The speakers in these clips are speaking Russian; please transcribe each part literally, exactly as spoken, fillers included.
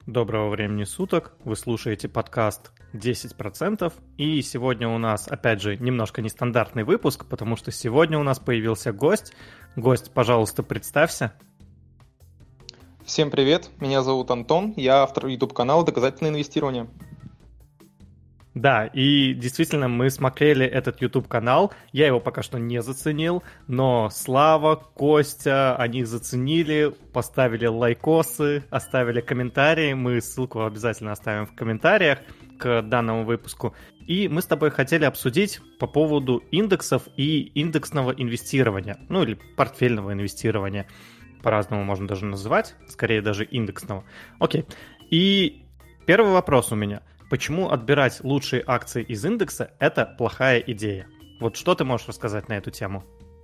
Доброго времени суток, вы слушаете подкаст десять процентов, и сегодня у нас, опять же, немножко нестандартный выпуск, потому что сегодня у нас появился гость. Гость, пожалуйста, представься. Всем привет, меня зовут Антон, я автор YouTube-канала «Доказательное инвестирование». Да, и действительно мы смотрели этот YouTube-канал, я его пока что не заценил, но Слава, Костя, они заценили, поставили лайкосы, оставили комментарии, мы ссылку обязательно оставим в комментариях к данному выпуску. И мы с тобой хотели обсудить по поводу индексов и индексного инвестирования, ну или портфельного инвестирования, по-разному можно даже называть, скорее даже индексного. Окей, и первый вопрос у меня. Почему отбирать лучшие акции из индекса – это плохая идея? Вот что ты можешь рассказать на эту тему?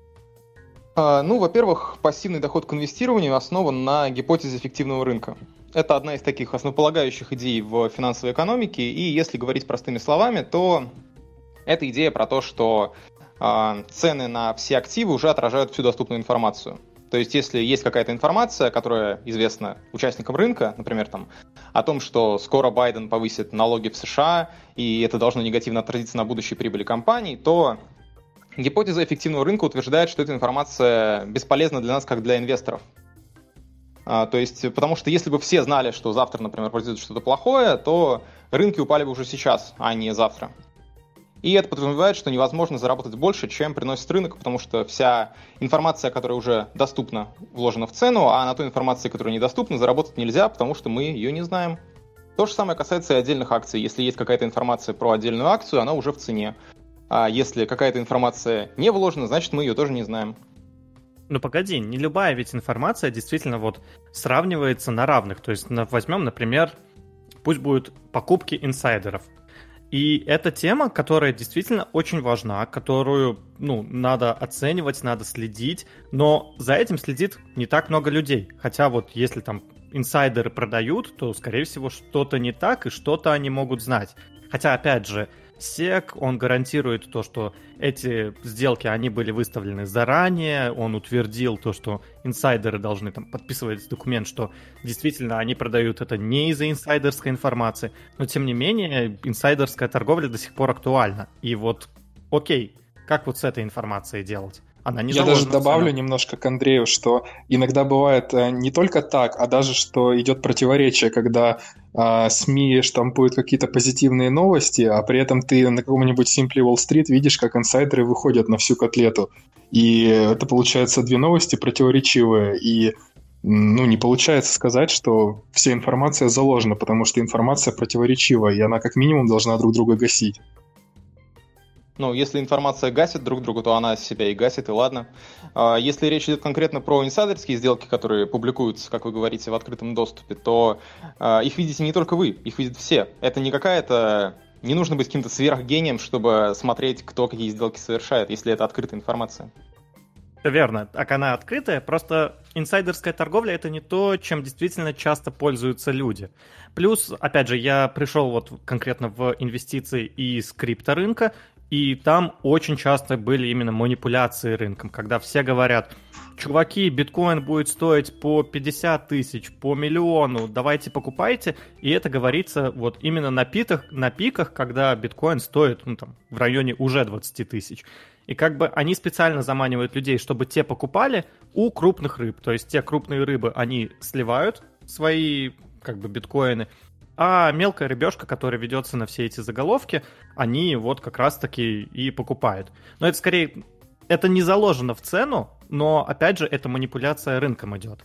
А, ну, во-первых, пассивный доход к инвестированию основан на гипотезе эффективного рынка. Это одна из таких основополагающих идей в финансовой экономике, и если говорить простыми словами, то это идея про то, что а, цены на все активы уже отражают всю доступную информацию. То есть, если есть какая-то информация, которая известна участникам рынка, например, там, о том, что скоро Байден повысит налоги в США, и это должно негативно отразиться на будущей прибыли компаний, то гипотеза эффективного рынка утверждает, что эта информация бесполезна для нас, как для инвесторов. А, то есть, потому что если бы все знали, что завтра, например, произойдет что-то плохое, то рынки упали бы уже сейчас, а не завтра. И это подразумевает, что невозможно заработать больше, чем приносит рынок, потому что вся информация, которая уже доступна, вложена в цену, а на той информации, которая недоступна, заработать нельзя, потому что мы ее не знаем. То же самое касается и отдельных акций. Если есть какая-то информация про отдельную акцию, она уже в цене. А если какая-то информация не вложена, значит, мы ее тоже не знаем. Ну погоди, не любая ведь информация действительно вот сравнивается на равных. То есть возьмем, например, пусть будут покупки инсайдеров. И это тема, которая действительно очень важна, которую, ну, надо оценивать, надо следить, но за этим следит не так много людей. Хотя вот если там инсайдеры продают, то, скорее всего, что-то не так и что-то они могут знать. Хотя, опять же, сек, он гарантирует то, что эти сделки, они были выставлены заранее, он утвердил то, что инсайдеры должны там подписывать документ, что действительно они продают это не из-за инсайдерской информации, но тем не менее инсайдерская торговля до сих пор актуальна. И вот, окей, как вот с этой информацией делать? Она не Я даже добавлю немножко к Андрею, что иногда бывает не только так, а даже что идет противоречие, когда э, СМИ штампуют какие-то позитивные новости, а при этом ты на каком-нибудь Simply Wall Street видишь, как инсайдеры выходят на всю котлету. И это получается две новости противоречивые, и ну, не получается сказать, что вся информация заложена, потому что информация противоречивая, и она как минимум должна друг друга гасить. Ну, если информация гасит друг друга, то она себя и гасит, и ладно. Если речь идет конкретно про инсайдерские сделки, которые публикуются, как вы говорите, в открытом доступе, то их видите не только вы, их видят все. Это не какая-то... Не нужно быть каким-то сверхгением, чтобы смотреть, кто какие сделки совершает, если это открытая информация. Верно, так она открытая, просто инсайдерская торговля — это не то, чем действительно часто пользуются люди. Плюс, опять же, я пришел вот конкретно в инвестиции из крипторынка, и там очень часто были именно манипуляции рынком, когда все говорят: чуваки, биткоин будет стоить по пятьдесят тысяч, по миллиону, давайте покупайте. И это говорится вот именно на, питах, на пиках, когда биткоин стоит ну, там, в районе уже двадцать тысяч. И как бы они специально заманивают людей, чтобы те покупали у крупных рыб. То есть те крупные рыбы, они сливают свои как бы биткоины, а мелкая рыбешка, которая ведется на все эти заголовки, они вот как раз-таки и покупают. Но это скорее, это не заложено в цену, но опять же, это манипуляция рынком идет.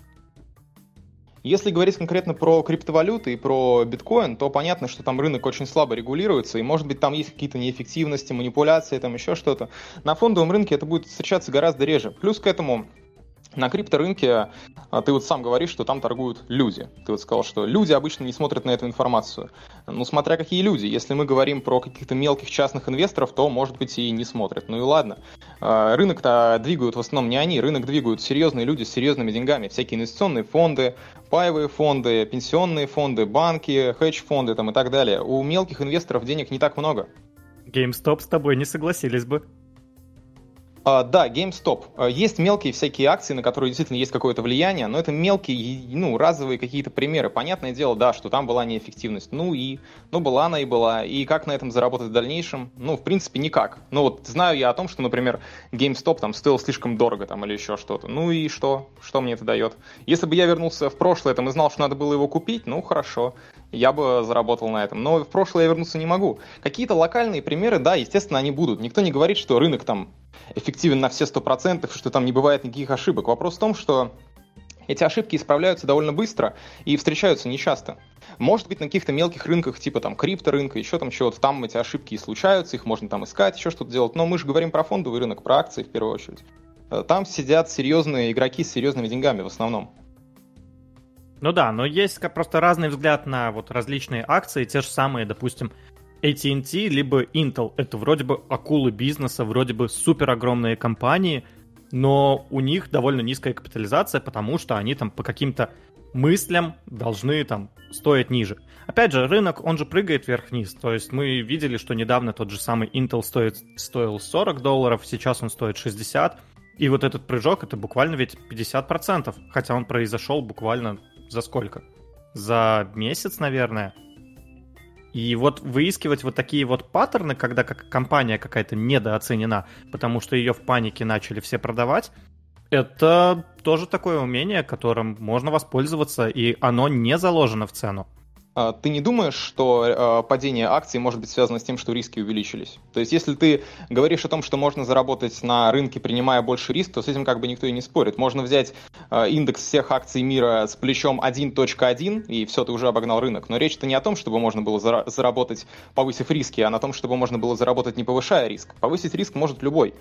Если говорить конкретно про криптовалюты и про биткоин, то понятно, что там рынок очень слабо регулируется, и может быть там есть какие-то неэффективности, манипуляции, там еще что-то. На фондовом рынке это будет встречаться гораздо реже. Плюс к этому на крипторынке ты вот сам говоришь, что там торгуют люди. Ты вот сказал, что люди обычно не смотрят на эту информацию. Ну, смотря какие люди. Если мы говорим про каких-то мелких частных инвесторов, то, может быть, и не смотрят. Ну и ладно. Рынок-то двигают в основном не они. Рынок двигают серьезные люди с серьезными деньгами. Всякие инвестиционные фонды, паевые фонды, пенсионные фонды, банки, хедж-фонды там, и так далее. У мелких инвесторов денег не так много. GameStop с тобой не согласились бы. А, да, GameStop. А, есть мелкие всякие акции, на которые действительно есть какое-то влияние, но это мелкие, ну, разовые какие-то примеры. Понятное дело, да, что там была неэффективность. Ну и, ну, была она и была. И как на этом заработать в дальнейшем? Ну, в принципе, никак. Ну, вот знаю я о том, что, например, GameStop там стоил слишком дорого там или еще что-то. Ну и что? Что мне это дает? Если бы я вернулся в прошлое там и знал, что надо было его купить, ну, хорошо. Я бы заработал на этом. Но в прошлое я вернуться не могу. Какие-то локальные примеры, да, естественно, они будут. Никто не говорит, что рынок там эффективен на все сто процентов, что там не бывает никаких ошибок. Вопрос в том, что эти ошибки исправляются довольно быстро и встречаются нечасто. Может быть, на каких-то мелких рынках, типа там крипторынка, еще там чего-то, там эти ошибки и случаются, их можно там искать, еще что-то делать. Но мы же говорим про фондовый рынок, про акции в первую очередь. Там сидят серьезные игроки с серьезными деньгами в основном. Ну да, но есть просто разный взгляд на вот различные акции, те же самые, допустим, эй ти энд ти либо Intel. Это вроде бы акулы бизнеса, вроде бы супер огромные компании, но у них довольно низкая капитализация, потому что они там по каким-то мыслям должны там стоить ниже. Опять же, рынок, он же прыгает вверх-вниз, то есть мы видели, что недавно тот же самый Intel стоит, стоил сорок долларов, сейчас он стоит шестьдесят, и вот этот прыжок, это буквально ведь пятьдесят процентов, хотя он произошел буквально за сколько? За месяц, наверное. И вот выискивать вот такие вот паттерны, когда как компания какая-то недооценена, потому что ее в панике начали все продавать, это тоже такое умение, которым можно воспользоваться, и оно не заложено в цену. Ты не думаешь, что падение акций может быть связано с тем, что риски увеличились? То есть, если ты говоришь о том, что можно заработать на рынке, принимая больше риск, то с этим как бы никто и не спорит. Можно взять индекс всех акций мира с плечом один точка один, и все, ты уже обогнал рынок. Но речь-то не о том, чтобы можно было заработать, повысив риски, а на том, чтобы можно было заработать, не повышая риск. Повысить риск может любой.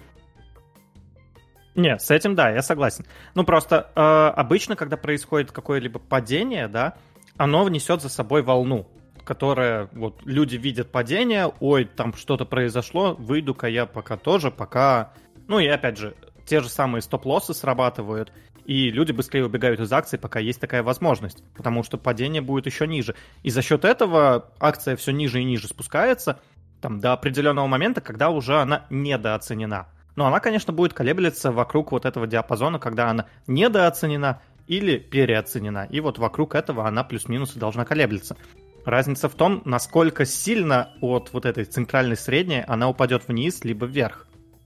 Не, с этим да, я согласен. Ну просто э, обычно, когда происходит какое-либо падение, да, оно внесет за собой волну, которая, вот, люди видят падение, ой, там что-то произошло, выйду-ка я пока тоже, пока... Ну и опять же, те же самые стоп-лоссы срабатывают, и люди быстрее убегают из акций, пока есть такая возможность, потому что падение будет еще ниже. И за счет этого акция все ниже и ниже спускается, там, до определенного момента, когда уже она недооценена. Но она, конечно, будет колеблиться вокруг вот этого диапазона, когда она недооценена или переоценена. И вот вокруг этого она плюс-минус должна колеблиться. Разница в том, насколько сильно от вот этой центральной средней она упадет вниз, либо вверх.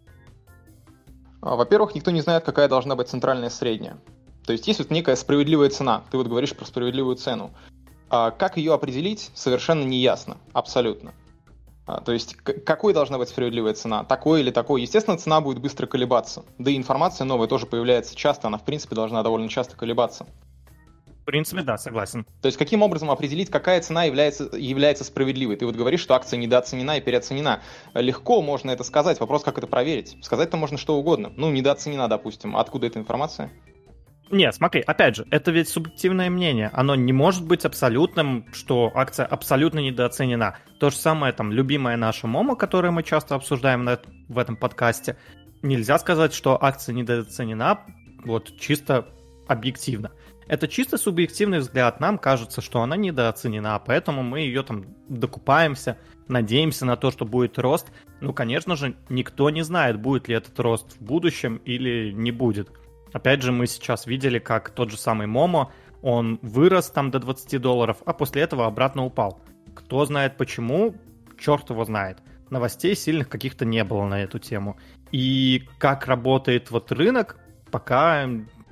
Во-первых, никто не знает, какая должна быть центральная средняя. То есть есть вот некая справедливая цена. Ты вот говоришь про справедливую цену. А как ее определить, совершенно не ясно. Абсолютно. А, то есть какой должна быть справедливая цена? Такой или такой? Естественно, цена будет быстро колебаться. Да и информация новая тоже появляется часто. Она, в принципе, должна довольно часто колебаться. В принципе, да, согласен. То есть каким образом определить, какая цена является, является справедливой? Ты вот говоришь, что акция недооценена и переоценена. Легко можно это сказать. Вопрос, как это проверить. Сказать-то можно что угодно. Ну, недооценена, допустим. Откуда эта информация? Нет, смотри, опять же, это ведь субъективное мнение. Оно не может быть абсолютным, что акция абсолютно недооценена. То же самое, там, любимая наша Момо, которую мы часто обсуждаем на, в этом подкасте. Нельзя сказать, что акция недооценена вот чисто объективно. Это чисто субъективный взгляд. Нам кажется, что она недооценена, поэтому мы ее там докупаемся, надеемся на то, что будет рост. Ну, конечно же, никто не знает, будет ли этот рост в будущем или не будет. Опять же, мы сейчас видели, как тот же самый Момо, он вырос там до двадцати долларов, а после этого обратно упал. Кто знает почему, черт его знает. Новостей сильных каких-то не было на эту тему. И как работает вот рынок, пока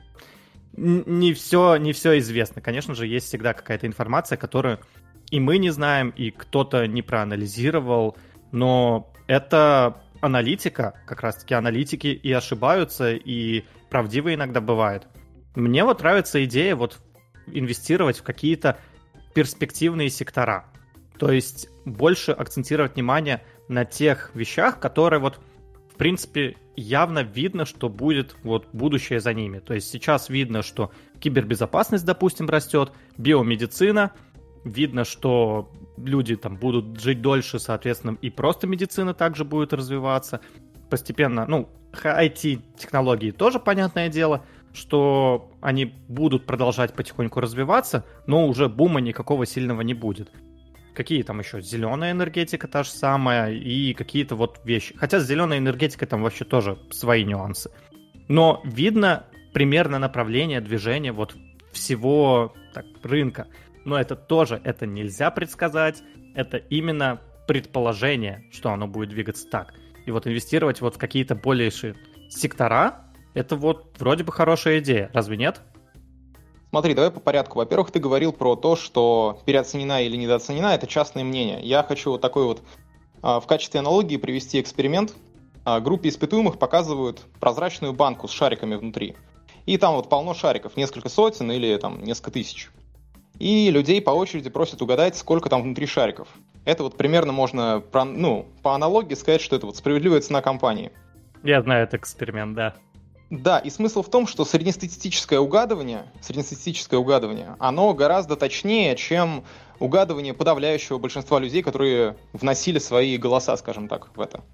не все, не все известно. Конечно же, есть всегда какая-то информация, которую и мы не знаем, и кто-то не проанализировал, но это аналитика, как раз-таки аналитики и ошибаются, и правдивые иногда бывают. Мне вот нравится идея вот инвестировать в какие-то перспективные сектора. То есть больше акцентировать внимание на тех вещах, которые вот, в принципе, явно видно, что будет вот будущее за ними. То есть сейчас видно, что кибербезопасность, допустим, растет, биомедицина, видно, что люди там будут жить дольше, соответственно, и просто медицина также будет развиваться. Постепенно, ну, ай ти-технологии тоже, понятное дело, что они будут продолжать потихоньку развиваться, но уже бума никакого сильного не будет. Какие там еще? Зеленая энергетика та же самая и какие-то вот вещи. Хотя с зеленой энергетикой там вообще тоже свои нюансы. Но видно примерно направление движения вот всего так, рынка. Но это тоже, это нельзя предсказать. Это именно предположение, что оно будет двигаться так. И вот инвестировать вот в какие-то более сектора, это вот вроде бы хорошая идея. Разве нет? Смотри, давай по порядку. Во-первых, ты говорил про то, что переоценена или недооценена – это частное мнение. Я хочу вот такой вот в качестве аналогии привести эксперимент. Группе испытуемых показывают прозрачную банку с шариками внутри. И там вот полно шариков, несколько сотен или там несколько тысяч. И людей по очереди просят угадать, сколько там внутри шариков. Это вот примерно можно, ну, по аналогии сказать, что это вот справедливая цена компании. Я знаю этот эксперимент, да. Да, и смысл в том, что среднестатистическое угадывание, среднестатистическое угадывание, оно гораздо точнее, чем угадывание подавляющего большинства людей, которые вносили свои голоса, скажем так, в это.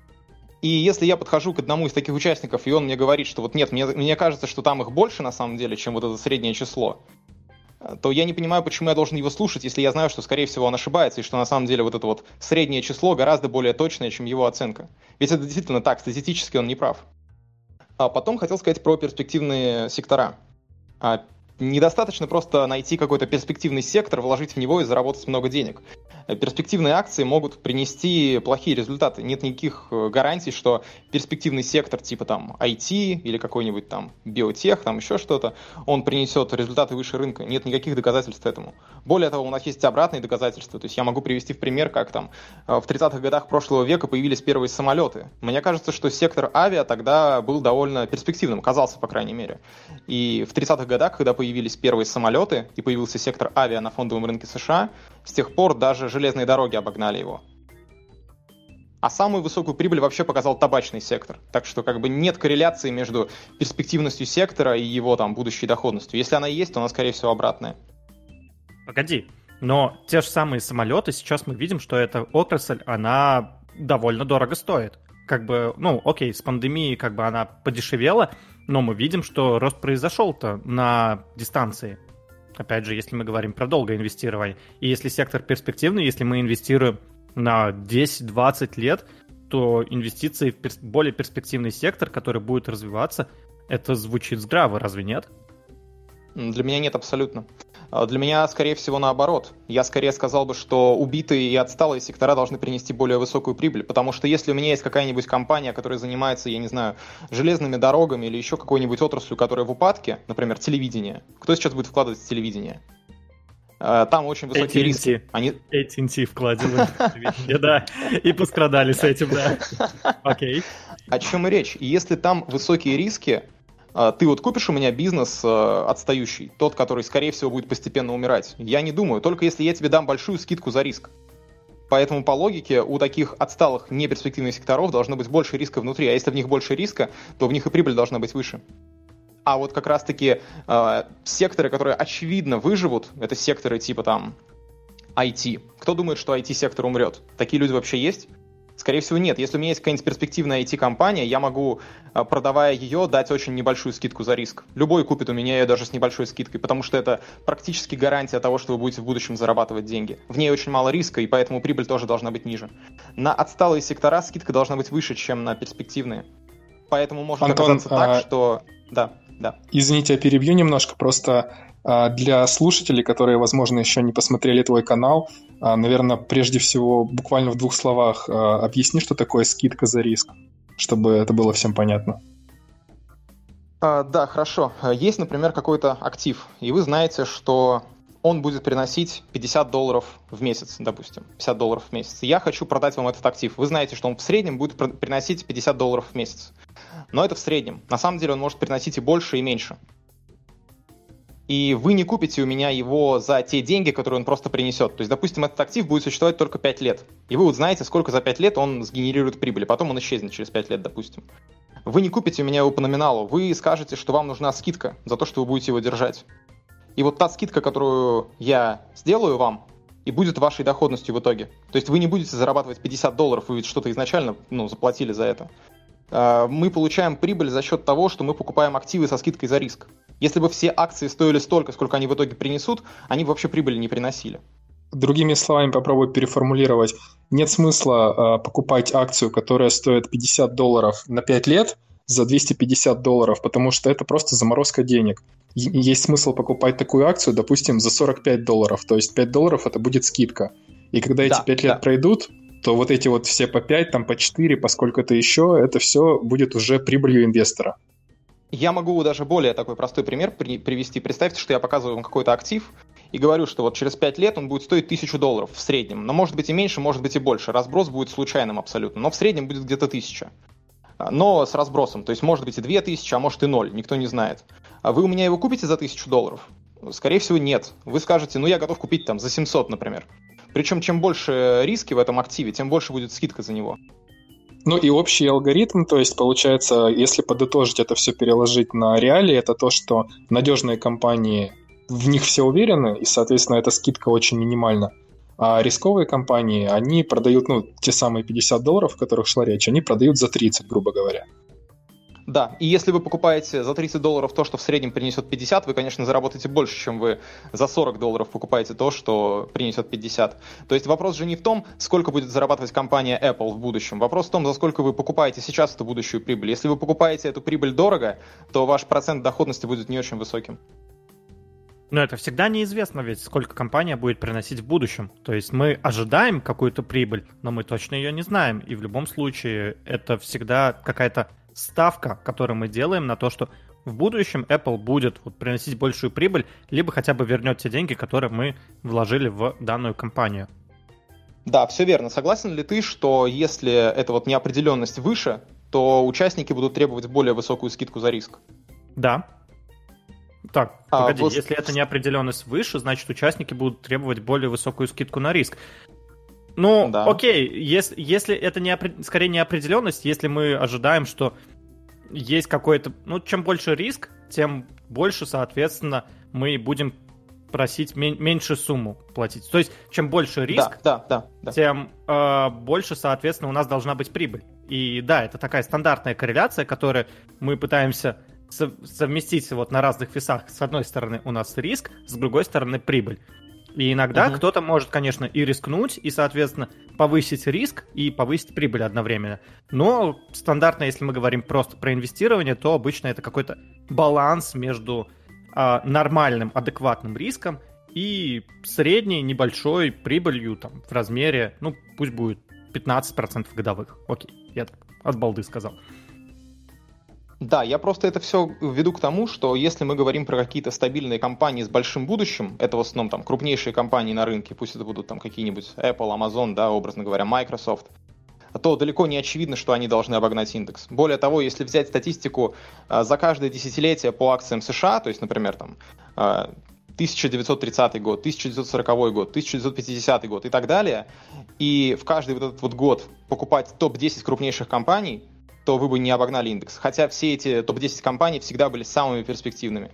И если я подхожу к одному из таких участников, и он мне говорит, что вот нет, мне, мне кажется, что там их больше на самом деле, чем вот это среднее число, то я не понимаю, почему я должен его слушать, если я знаю, что, скорее всего, он ошибается, и что на самом деле вот это вот среднее число гораздо более точное, чем его оценка. Ведь это действительно так, статистически он не прав. А потом хотел сказать про перспективные сектора. А недостаточно просто найти какой-то перспективный сектор, вложить в него и заработать много денег. Перспективные акции могут принести плохие результаты. Нет никаких гарантий, что перспективный сектор типа там ай ти или какой-нибудь там биотех, там еще что-то, он принесет результаты выше рынка. Нет никаких доказательств этому. Более того, у нас есть обратные доказательства. То есть я могу привести в пример, как там в тридцатых годах прошлого века появились первые самолеты. Мне кажется, что сектор авиа тогда был довольно перспективным, казался, по крайней мере. И в тридцатых годах, когда появились первые самолеты и появился сектор авиа на фондовом рынке США, с тех пор даже железные дороги обогнали его. А самую высокую прибыль вообще показал табачный сектор. Так что как бы нет корреляции между перспективностью сектора и его там будущей доходностью. Если она есть, то она, скорее всего, обратная. Погоди, но те же самые самолеты, сейчас мы видим, что эта отрасль, она довольно дорого стоит. Как бы, ну, окей, с пандемией как бы она подешевела, но мы видим, что рост произошел-то на дистанции. Опять же, если мы говорим про долгое инвестирование. И если сектор перспективный, если мы инвестируем на десять-двадцать лет, то инвестиции в перс- более перспективный сектор, который будет развиваться, это звучит здраво, разве нет? Для меня нет абсолютно. Для меня, скорее всего, наоборот. Я скорее сказал бы, что убитые и отсталые сектора должны принести более высокую прибыль, потому что если у меня есть какая-нибудь компания, которая занимается, я не знаю, железными дорогами или еще какой-нибудь отраслью, которая в упадке, например, телевидение. Кто сейчас будет вкладывать в телевидение? Там очень высокие эй ти энд ти. риски. Они... эй ти энд ти вкладывают в телевидение, да, и пострадали с этим, да. Окей. О чем и речь? И если там высокие риски, ты вот купишь у меня бизнес отстающий, тот, который, скорее всего, будет постепенно умирать. Я не думаю, только если я тебе дам большую скидку за риск. Поэтому по логике у таких отсталых неперспективных секторов должно быть больше риска внутри, а если в них больше риска, то в них и прибыль должна быть выше. А вот как раз-таки э, секторы, которые очевидно выживут, это секторы типа там ай ти. Кто думает, что ай ти-сектор умрет? Такие люди вообще есть? Скорее всего, нет. Если у меня есть какая-нибудь перспективная ай ти-компания, я могу, продавая ее, дать очень небольшую скидку за риск. Любой купит у меня ее даже с небольшой скидкой, потому что это практически гарантия того, что вы будете в будущем зарабатывать деньги. В ней очень мало риска, и поэтому прибыль тоже должна быть ниже. На отсталые сектора скидка должна быть выше, чем на перспективные. Поэтому может Антон, оказаться так, а... что... Да, да. Извините, я перебью немножко, просто... Для слушателей, которые, возможно, еще не посмотрели твой канал, наверное, прежде всего, буквально в двух словах объясни, что такое скидка за риск, чтобы это было всем понятно. А, да, хорошо. Есть, например, какой-то актив, и вы знаете, что он будет приносить пятьдесят долларов в месяц, допустим, пятьдесят долларов в месяц. Я хочу продать вам этот актив. Вы знаете, что он в среднем будет приносить пятьдесят долларов в месяц. Но это в среднем. На самом деле он может приносить и больше, и меньше. И вы не купите у меня его за те деньги, которые он просто принесет. То есть, допустим, этот актив будет существовать только пять лет. И вы вот знаете, сколько за пять лет он сгенерирует прибыли. Потом он исчезнет через пять лет, допустим. Вы не купите у меня его по номиналу. Вы скажете, что вам нужна скидка за то, что вы будете его держать. И вот та скидка, которую я сделаю вам, и будет вашей доходностью в итоге. То есть вы не будете зарабатывать пятьдесят долларов, вы ведь что-то изначально ну, заплатили за это. Мы получаем прибыль за счет того, что мы покупаем активы со скидкой за риск. Если бы все акции стоили столько, сколько они в итоге принесут, они бы вообще прибыли не приносили. другими словами попробую переформулировать. Нет смысла э, покупать акцию, которая стоит пятьдесят долларов на пять лет за двести пятьдесят долларов, потому что это просто заморозка денег. Есть смысл покупать такую акцию, допустим, за сорок пять долларов, то есть пять долларов это будет скидка. И когда эти да, пять лет да. пройдут, то вот эти вот все по пять, там по четыре, по сколько-то еще, это все будет уже прибылью инвестора. Я могу даже более такой простой пример при- привести. Представьте, что я показываю вам какой-то актив и говорю, что вот через пять лет он будет стоить тысячу долларов в среднем. Но может быть и меньше, может быть и больше. Разброс будет случайным абсолютно, но в среднем будет где-то тысяча. Но с разбросом, то есть может быть и две тысячи, а может и ноль, никто не знает. А вы у меня его купите за тысячу долларов? Скорее всего, нет. Вы скажете, ну я готов купить там за семьсот, например. Причем чем больше риски в этом активе, тем больше будет скидка за него. Ну и общий алгоритм, то есть получается, если подытожить это все, переложить на реалии, это то, что надежные компании, в них все уверены, и, соответственно, эта скидка очень минимальна. А рисковые компании, они продают, ну, те самые пятьдесят долларов, о которых шла речь, они продают за тридцать, грубо говоря. Да, и если вы покупаете за тридцать долларов то, что в среднем принесет пятьдесят, вы, конечно, заработаете больше, чем вы за сорок долларов покупаете то, что принесет пятьдесят. То есть вопрос же не в том, сколько будет зарабатывать компания Apple в будущем. Вопрос в том, за сколько вы покупаете сейчас эту будущую прибыль. Если вы покупаете эту прибыль дорого, то ваш процент доходности будет не очень высоким. Но это всегда неизвестно ведь, сколько компания будет приносить в будущем. То есть мы ожидаем какую-то прибыль, но мы точно ее не знаем. И в любом случае это всегда какая-то ставка, которую мы делаем на то, что в будущем Apple будет вот приносить большую прибыль, либо хотя бы вернет те деньги, которые мы вложили в данную компанию. Да, все верно. Согласен ли ты, что если эта вот неопределенность выше, то участники будут требовать более высокую скидку за риск? Да. Так, а, погоди, вот... если эта неопределенность выше, значит участники будут требовать более высокую скидку на риск. Ну, да. Окей, если, если это не, скорее неопределенность, если мы ожидаем, что есть какой-то... Ну, чем больше риск, тем больше, соответственно, мы будем просить мен- меньше сумму платить. То есть, чем больше риск, да, да, да, да. тем э, больше, соответственно, у нас должна быть прибыль. И да, это такая стандартная корреляция, которую мы пытаемся совместить вот на разных весах. С одной стороны у нас риск, с другой стороны прибыль. И иногда uh-huh. кто-то может, конечно, и рискнуть, и, соответственно, повысить риск и повысить прибыль одновременно. Но стандартно, если мы говорим просто про инвестирование, то обычно это какой-то баланс между а, нормальным, адекватным риском и средней небольшой прибылью там, в размере, ну, пусть будет пятнадцать процентов годовых. Окей, я так от балды сказал. Да, я просто это все веду к тому, что если мы говорим про какие-то стабильные компании с большим будущим, это в основном там крупнейшие компании на рынке, пусть это будут там какие-нибудь Apple, Amazon, да, образно говоря, Microsoft, то далеко не очевидно, что они должны обогнать индекс. Более того, если взять статистику за каждое десятилетие по акциям США, то есть, например, там тысяча девятьсот тридцатый год, тысяча девятьсот сороковой год, тысяча девятьсот пятидесятый год и так далее, и в каждый вот этот вот год покупать топ десять крупнейших компаний, то вы бы не обогнали индекс. Хотя все эти топ десять компаний всегда были самыми перспективными.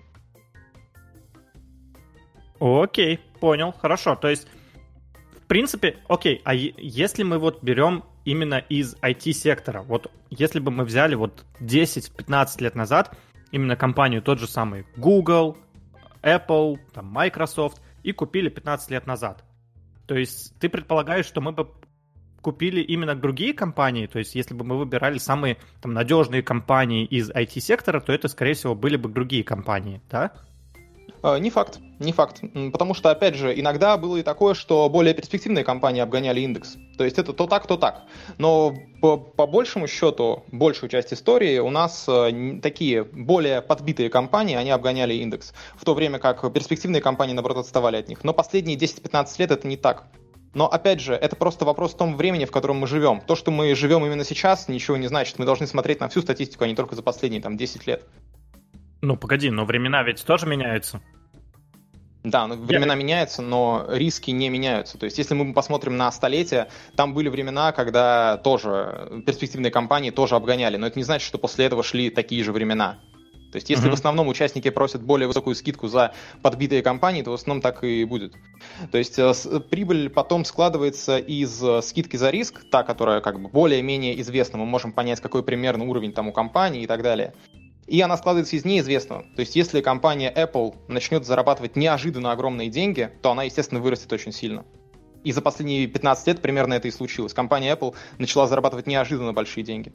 Окей, понял, хорошо. То есть, в принципе, окей, а если мы вот берем именно из ай ти-сектора, вот если бы мы взяли вот десять-пятнадцать лет назад именно компанию, тот же самый Google, Apple, там, Microsoft, и купили пятнадцать лет назад. То есть ты предполагаешь, что мы бы купили именно другие компании, то есть если бы мы выбирали самые там, надежные компании из ай ти-сектора, то это, скорее всего, были бы другие компании, да? Не факт, не факт. Потому что, опять же, иногда было и такое, что более перспективные компании обгоняли индекс. То есть это то так, то так. Но по, по большему счету, большую часть истории у нас такие более подбитые компании, они обгоняли индекс. В то время как перспективные компании, наоборот, отставали от них. Но последние десять-пятнадцать лет это не так. Но, опять же, это просто вопрос в том времени, в котором мы живем. То, что мы живем именно сейчас, ничего не значит. Мы должны смотреть на всю статистику, а не только за последние там, десять лет. Ну, погоди, но времена ведь тоже меняются. Да, ну, времена Я... меняются, но риски не меняются. То есть, если мы посмотрим на столетия, там были времена, когда тоже перспективные компании тоже обгоняли. Но это не значит, что после этого шли такие же времена. То есть, если uh-huh. в основном участники просят более высокую скидку за подбитые компании, то в основном так и будет. То есть, прибыль потом складывается из скидки за риск, та, которая как бы более-менее известна. Мы можем понять, какой примерно уровень там у компании и так далее. И она складывается из неизвестного. То есть, если компания Apple начнет зарабатывать неожиданно огромные деньги, то она, естественно, вырастет очень сильно. И за последние пятнадцать лет примерно это и случилось. Компания Apple начала зарабатывать неожиданно большие деньги.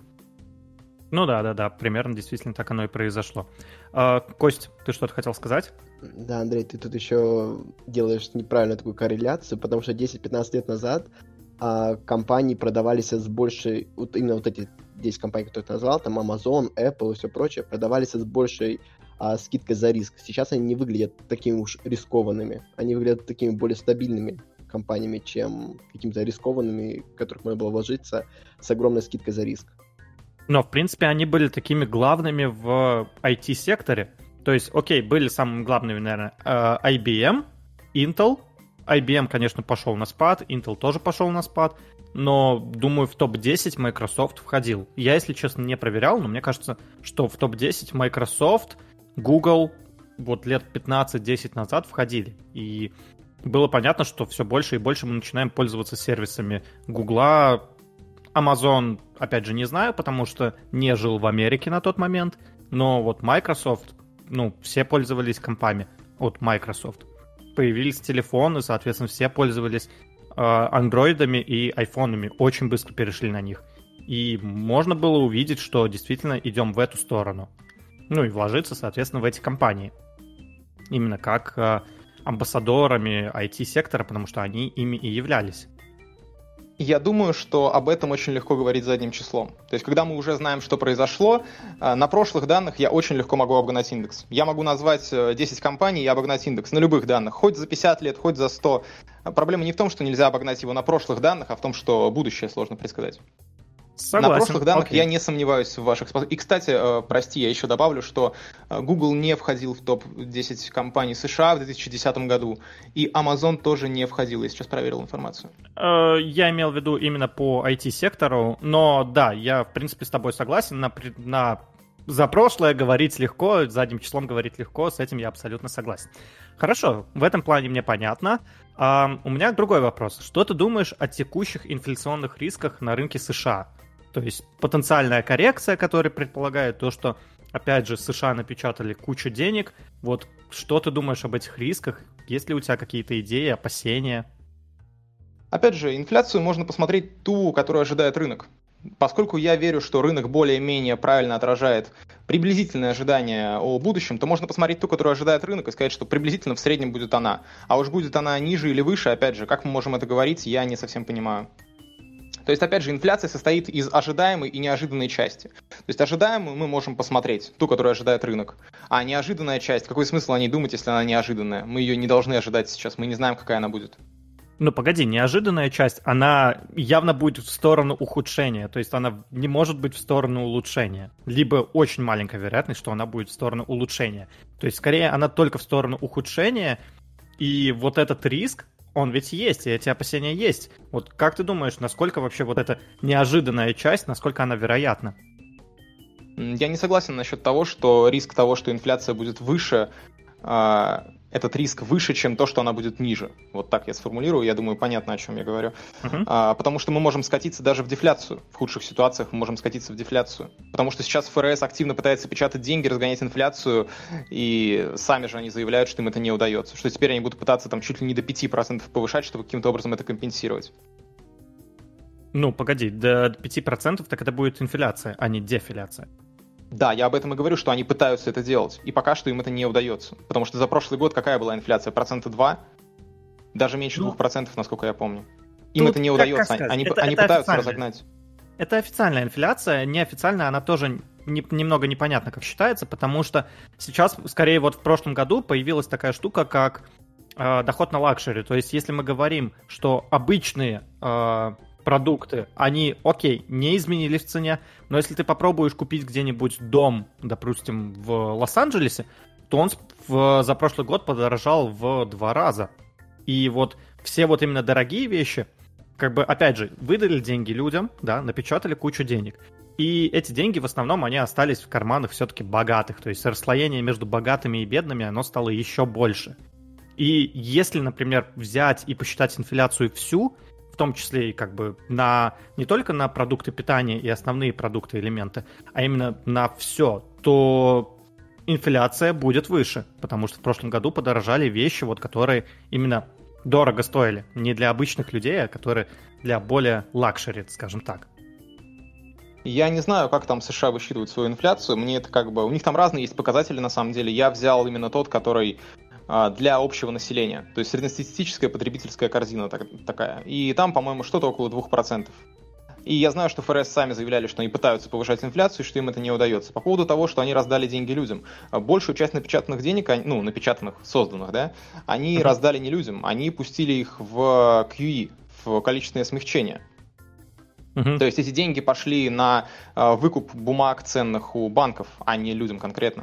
Ну да, да, да, примерно действительно так оно и произошло. А, Кость, ты что-то хотел сказать? Да, Андрей, ты тут еще делаешь неправильную такую корреляцию, потому что десять-пятнадцать лет назад а, компании продавались с большей, вот именно вот эти десять компаний, которые ты назвал, там Amazon, Apple и все прочее, продавались с большей а, скидкой за риск. Сейчас они не выглядят такими уж рискованными, они выглядят такими более стабильными компаниями, чем какими-то рискованными, в которых можно было вложиться с огромной скидкой за риск. Но, в принципе, они были такими главными в ай ти-секторе. То есть, окей, были самыми главными, наверное, ай би эм, Intel. ай би эм, конечно, пошел на спад, Intel тоже пошел на спад, но, думаю, в топ десять Microsoft входил. Я, если честно, не проверял, но мне кажется, что в топ десять Microsoft, Google вот лет пятнадцать-десять назад входили. И было понятно, что все больше и больше мы начинаем пользоваться сервисами Google. Amazon, опять же, не знаю, потому что не жил в Америке на тот момент, но вот Microsoft, ну, все пользовались компами от Microsoft. Появились телефоны, соответственно, все пользовались э, андроидами и айфонами, очень быстро перешли на них. И можно было увидеть, что действительно идем в эту сторону. Ну и вложиться, соответственно, в эти компании. Именно как э, амбассадорами ай ти-сектора, потому что они ими и являлись. Я думаю, что об этом очень легко говорить задним числом. То есть, когда мы уже знаем, что произошло, на прошлых данных я очень легко могу обогнать индекс. Я могу назвать десять компаний и обогнать индекс на любых данных, хоть за пятьдесят лет, хоть за сто. Проблема не в том, что нельзя обогнать его на прошлых данных, а в том, что будущее сложно предсказать. Согласен. На прошлых данных Окей. я не сомневаюсь в ваших способностях. И, кстати, прости, я еще добавлю, что Google не входил в топ десять компаний США в две тысячи десятом году, и Amazon тоже не входил, я сейчас проверил информацию. Я имел в виду именно по ай ти-сектору, но да, я, в принципе, с тобой согласен. На, на, за прошлое говорить легко, задним числом говорить легко, с этим я абсолютно согласен. Хорошо, в этом плане мне понятно. А, у меня другой вопрос. Что ты думаешь о текущих инфляционных рисках на рынке США? То есть потенциальная коррекция, которая предполагает то, что, опять же, США напечатали кучу денег. Вот что ты думаешь об этих рисках? Есть ли у тебя какие-то идеи, опасения? Опять же, инфляцию можно посмотреть ту, которую ожидает рынок. Поскольку я верю, что рынок более-менее правильно отражает приблизительное ожидание о будущем, то можно посмотреть ту, которую ожидает рынок, и сказать, что приблизительно в среднем будет она. А уж будет она ниже или выше, опять же, как мы можем это говорить, я не совсем понимаю. То есть, опять же, инфляция состоит из ожидаемой и неожиданной части. То есть, ожидаемую мы можем посмотреть, ту, которую ожидает рынок. А неожиданная часть, какой смысл о ней думать, если она неожиданная? Мы ее не должны ожидать сейчас, мы не знаем, какая она будет. Ну, погоди, неожиданная часть, она явно будет в сторону ухудшения, то есть она не может быть в сторону улучшения. Либо очень маленькая вероятность, что она будет в сторону улучшения. То есть, скорее, она только в сторону ухудшения, и вот этот риск, он ведь есть, и эти опасения есть. Вот как ты думаешь, насколько вообще вот эта неожиданная часть, насколько она вероятна? Я не согласен насчет того, что риск того, что инфляция будет выше, э, этот риск выше, чем то, что она будет ниже. Вот так я сформулирую, я думаю, понятно, о чем я говорю. Uh-huh. А, потому что мы можем скатиться даже в дефляцию. В худших ситуациях мы можем скатиться в дефляцию. Потому что сейчас эф эр эс активно пытается печатать деньги, разгонять инфляцию, и сами же они заявляют, что им это не удается. Что теперь они будут пытаться там чуть ли не до пяти процентов повышать, чтобы каким-то образом это компенсировать. Ну, погоди, до пяти процентов так это будет инфляция, а не дефляция. Да, я об этом и говорю, что они пытаются это делать, и пока что им это не удается. Потому что за прошлый год какая была инфляция? Процента два? Даже меньше двух процентов, насколько я помню. Им Тут, это не как, удается, как они, это, они это пытаются официально. разогнать. Это официальная инфляция, неофициальная она тоже не, немного непонятно, как считается, потому что сейчас, скорее вот в прошлом году появилась такая штука, как э, доход на лакшери. То есть если мы говорим, что обычные... Э, продукты, они, окей, не изменились в цене, но если ты попробуешь купить где-нибудь дом, допустим, в Лос-Анджелесе, то он в, за прошлый год подорожал в два раза. И вот все вот именно дорогие вещи, как бы, опять же, выдали деньги людям, да, напечатали кучу денег. И эти деньги в основном, они остались в карманах все-таки богатых. То есть расслоение между богатыми и бедными, оно стало еще больше. И если, например, взять и посчитать инфляцию всю, в том числе и как бы на не только на продукты питания и основные продукты, элементы, а именно на все, то инфляция будет выше, потому что в прошлом году подорожали вещи, вот, которые именно дорого стоили. Не для обычных людей, а которые для более лакшери, скажем так. Я не знаю, как там США высчитывают свою инфляцию. Мне это как бы... У них там разные есть показатели, на самом деле. Я взял именно тот, который а, для общего населения. То есть среднестатистическая потребительская корзина так, такая. И там, по-моему, что-то около двух процентов. И я знаю, что эф эр эс сами заявляли, что они пытаются повышать инфляцию, и что им это не удается. По поводу того, что они раздали деньги людям. Большую часть напечатанных денег, ну, напечатанных, созданных, да, они mm-hmm. раздали не людям, они пустили их в кью и, в количественное смягчение. Mm-hmm. То есть эти деньги пошли на выкуп бумаг ценных у банков, а не людям конкретно.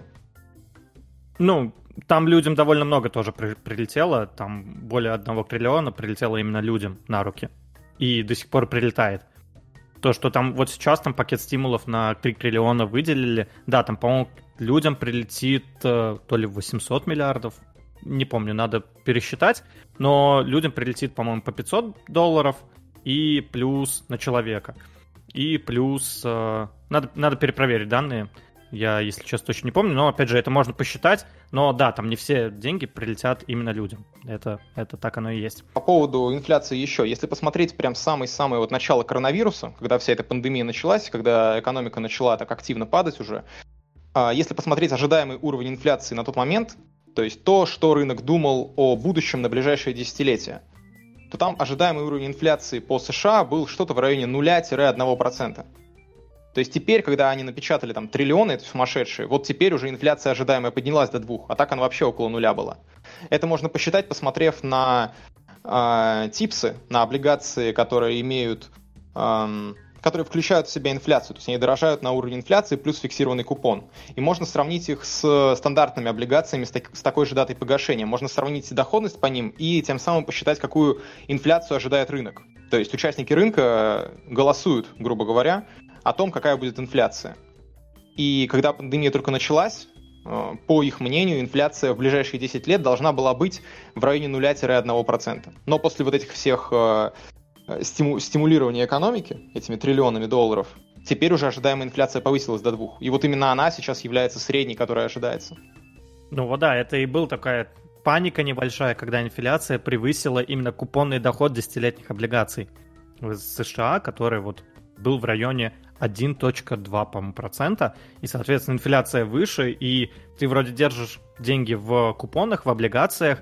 Ну, там людям довольно много тоже при- прилетело, там более одного триллиона прилетело именно людям на руки. И до сих пор прилетает. То, что там вот сейчас там пакет стимулов на три триллиона выделили, да, там, по-моему, людям прилетит э, то ли восемьсот миллиардов, не помню, надо пересчитать, но людям прилетит, по-моему, по пятьсот долларов и плюс на человека. И плюс... Э, надо, надо перепроверить данные. Я, если честно, точно не помню, но, опять же, это можно посчитать. Но да, там не все деньги прилетят именно людям. Это, это так оно и есть. По поводу инфляции еще. Если посмотреть прям самое-самое вот начало коронавируса, когда вся эта пандемия началась, когда экономика начала так активно падать уже, если посмотреть ожидаемый уровень инфляции на тот момент, то есть то, что рынок думал о будущем на ближайшее десятилетие, то там ожидаемый уровень инфляции по США был что-то в районе ноль-один процент. То есть теперь, когда они напечатали там триллионы, это сумасшедшие, вот теперь уже инфляция ожидаемая поднялась до двух, а так она вообще около нуля была. Это можно посчитать, посмотрев на э, типсы, на облигации, которые имеют, э, которые включают в себя инфляцию, то есть они дорожают на уровень инфляции плюс фиксированный купон. И можно сравнить их с стандартными облигациями с, так, с такой же датой погашения. Можно сравнить доходность по ним и тем самым посчитать, какую инфляцию ожидает рынок. То есть участники рынка голосуют, грубо говоря, о том, какая будет инфляция. И когда пандемия только началась, по их мнению, инфляция в ближайшие десять лет должна была быть в районе ноль-один процент. Но после вот этих всех стиму- стимулирования экономики, этими триллионами долларов, теперь уже ожидаемая инфляция повысилась до двух. И вот именно она сейчас является средней, которая ожидается. Ну вот да, это и была такая паника небольшая, когда инфляция превысила именно купонный доход десятилетних облигаций в США, который вот был в районе один целых два процента, и, соответственно, инфляция выше, и ты вроде держишь деньги в купонах, в облигациях,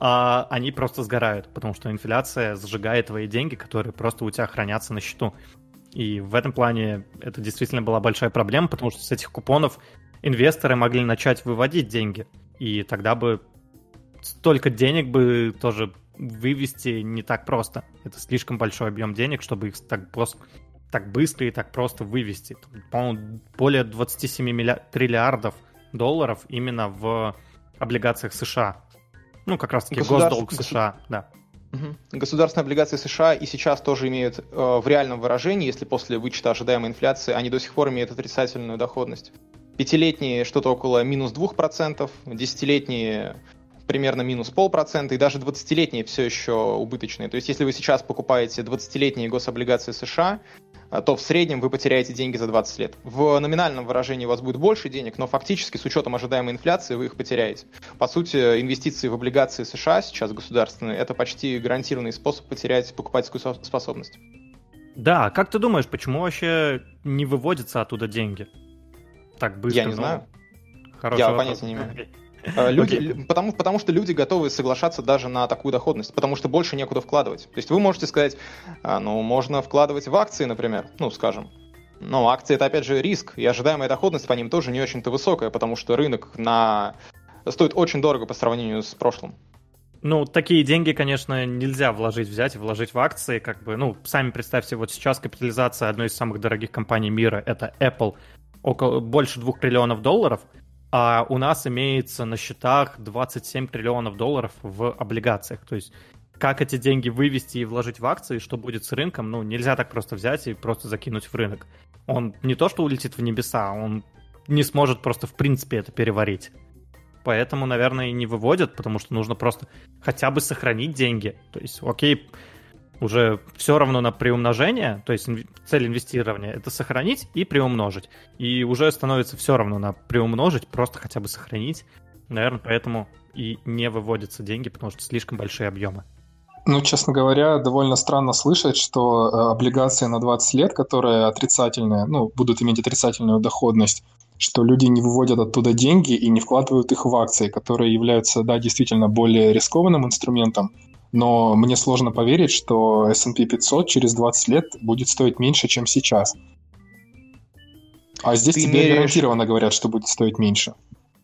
а они просто сгорают, потому что инфляция сжигает твои деньги, которые просто у тебя хранятся на счету. И в этом плане это действительно была большая проблема, потому что с этих купонов инвесторы могли начать выводить деньги, и тогда бы столько денег бы тоже вывести не так просто. Это слишком большой объем денег, чтобы их так просто... так быстро и так просто вывести. По-моему, более двадцать семь миллиардов, триллиардов долларов именно в облигациях США. Ну, как раз-таки Государств... госдолг США, да. Угу. Государственные облигации США и сейчас тоже имеют э, в реальном выражении, если после вычета ожидаемой инфляции, они до сих пор имеют отрицательную доходность. Пятилетние что-то около минус двух процентов, десятилетние примерно минус полпроцента, и даже двадцатилетние все еще убыточные. То есть, если вы сейчас покупаете двадцатилетние гособлигации США, то в среднем вы потеряете деньги за двадцать лет. В номинальном выражении у вас будет больше денег, но фактически с учетом ожидаемой инфляции вы их потеряете. По сути, инвестиции в облигации США сейчас государственные, это почти гарантированный способ потерять покупательскую способность. Да, как ты думаешь, почему вообще не выводятся оттуда деньги так быстро? Я не знаю. Хороший Я вопрос. понятия не имею. Люди, okay. потому, потому что люди готовы соглашаться даже на такую доходность, потому что больше некуда вкладывать. То есть вы можете сказать, ну, можно вкладывать в акции, например, ну, скажем. Но акции — это, опять же, риск, и ожидаемая доходность по ним тоже не очень-то высокая, потому что рынок на... стоит очень дорого по сравнению с прошлым. Ну, такие деньги, конечно, нельзя вложить, взять и вложить в акции, как бы, ну, сами представьте, вот сейчас капитализация одной из самых дорогих компаний мира, это Apple, около, больше двух триллионов долларов, а у нас имеется на счетах двадцать семь триллионов долларов в облигациях. То есть как эти деньги вывести и вложить в акции, что будет с рынком, ну, нельзя так просто взять и просто закинуть в рынок. Он не то что улетит в небеса, он не сможет просто в принципе это переварить. Поэтому, наверное, и не выводят, потому что нужно просто хотя бы сохранить деньги. То есть, окей, уже все равно на приумножение, то есть цель инвестирования — это сохранить и приумножить. И уже становится все равно на приумножить, просто хотя бы сохранить. Наверное, поэтому и не выводятся деньги, потому что слишком большие объемы. Ну, честно говоря, довольно странно слышать, что э, облигации на двадцать лет, которые отрицательные, ну, будут иметь отрицательную доходность, что люди не выводят оттуда деньги и не вкладывают их в акции, которые являются, да, действительно более рискованным инструментом, но мне сложно поверить, что эс энд пи пятьсот через двадцать лет будет стоить меньше, чем сейчас. А здесь Ты тебе меряешь... гарантированно говорят, что будет стоить меньше.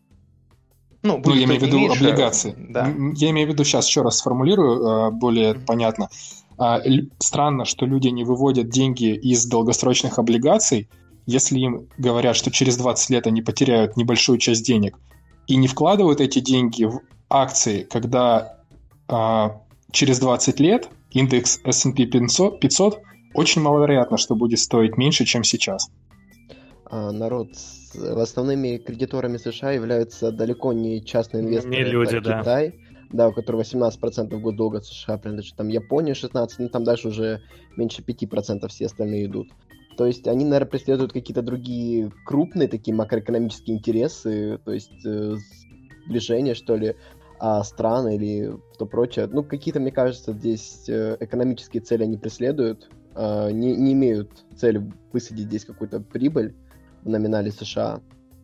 Ну, ну, я имею в виду меньше, облигации. Да. Я имею в виду, сейчас еще раз сформулирую более mm-hmm. понятно. Странно, что люди не выводят деньги из долгосрочных облигаций, если им говорят, что через двадцать лет они потеряют небольшую часть денег, и не вкладывают эти деньги в акции, когда а, через двадцать лет индекс эс энд пи пятьсот очень маловероятно, что будет стоить меньше, чем сейчас. А, народ, основными кредиторами США являются далеко не частные инвесторы. Не люди, это да. Китай, да, у которого восемнадцать процентов госдолга США принадлежит, там Япония шестнадцать процентов, ну там дальше уже меньше пять процентов все остальные идут. То есть они, наверное, преследуют какие-то другие крупные такие макроэкономические интересы, то есть э, сближение, что ли, а страны или то прочее. Ну, какие-то, мне кажется, здесь э, экономические цели они преследуют, э, не, не имеют цели высадить здесь какую-то прибыль в номинале США.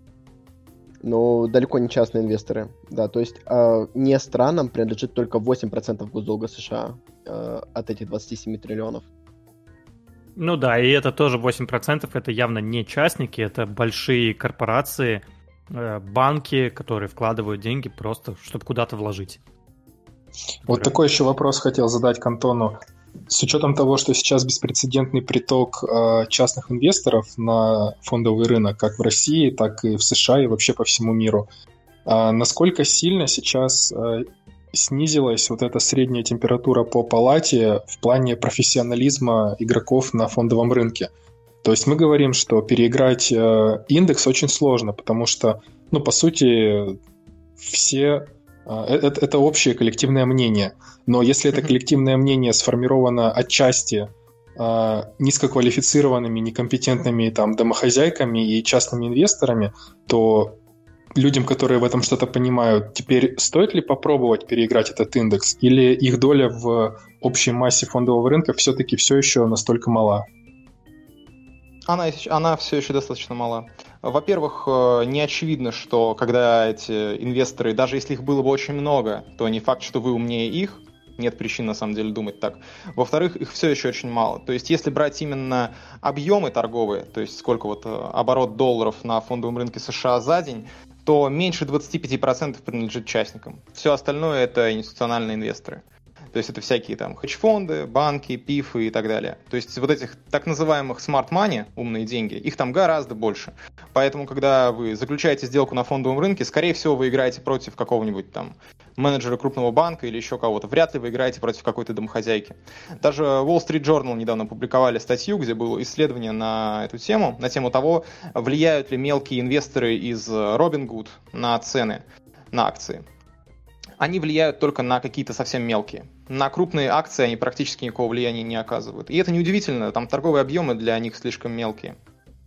Но далеко не частные инвесторы. Да, то есть э, не странам принадлежит только восемь процентов госдолга США э, от этих двадцати семи триллионов. Ну да, и это тоже восемь процентов, это явно не частники, это большие корпорации, банки, которые вкладывают деньги просто, чтобы куда-то вложить. Вот Правильно. Такой еще вопрос хотел задать к Антону. С учетом того, что сейчас беспрецедентный приток частных инвесторов на фондовый рынок, как в России, так и в США, и вообще по всему миру, насколько сильно сейчас снизилась вот эта средняя температура по палате в плане профессионализма игроков на фондовом рынке? То есть мы говорим, что переиграть индекс очень сложно, потому что, ну, по сути, все... Это, это общее коллективное мнение. Но если это коллективное мнение сформировано отчасти низкоквалифицированными, некомпетентными там, домохозяйками и частными инвесторами, то людям, которые в этом что-то понимают, теперь стоит ли попробовать переиграть этот индекс? Или их доля в общей массе фондового рынка все-таки все еще настолько мала? Она, она все еще достаточно мала. Во-первых, не очевидно, что когда эти инвесторы, даже если их было бы очень много, то не факт, что вы умнее их. Нет причин, на самом деле, думать так. Во-вторых, их все еще очень мало. То есть, если брать именно объемы торговые, то есть сколько вот оборот долларов на фондовом рынке США за день, то меньше двадцать пять процентов принадлежит частникам. Все остальное – это институциональные инвесторы. То есть это всякие там хедж-фонды, банки, пифы и так далее. То есть вот этих так называемых smart money, умные деньги, их там гораздо больше. Поэтому, когда вы заключаете сделку на фондовом рынке, скорее всего, вы играете против какого-нибудь там менеджера крупного банка или еще кого-то. Вряд ли вы играете против какой-то домохозяйки. Даже Wall Street Journal недавно публиковали статью, где было исследование на эту тему, на тему того, влияют ли мелкие инвесторы из Robinhood на цены, на акции. Они влияют только на какие-то совсем мелкие. На крупные акции они практически никакого влияния не оказывают. И это неудивительно, там торговые объемы для них слишком мелкие.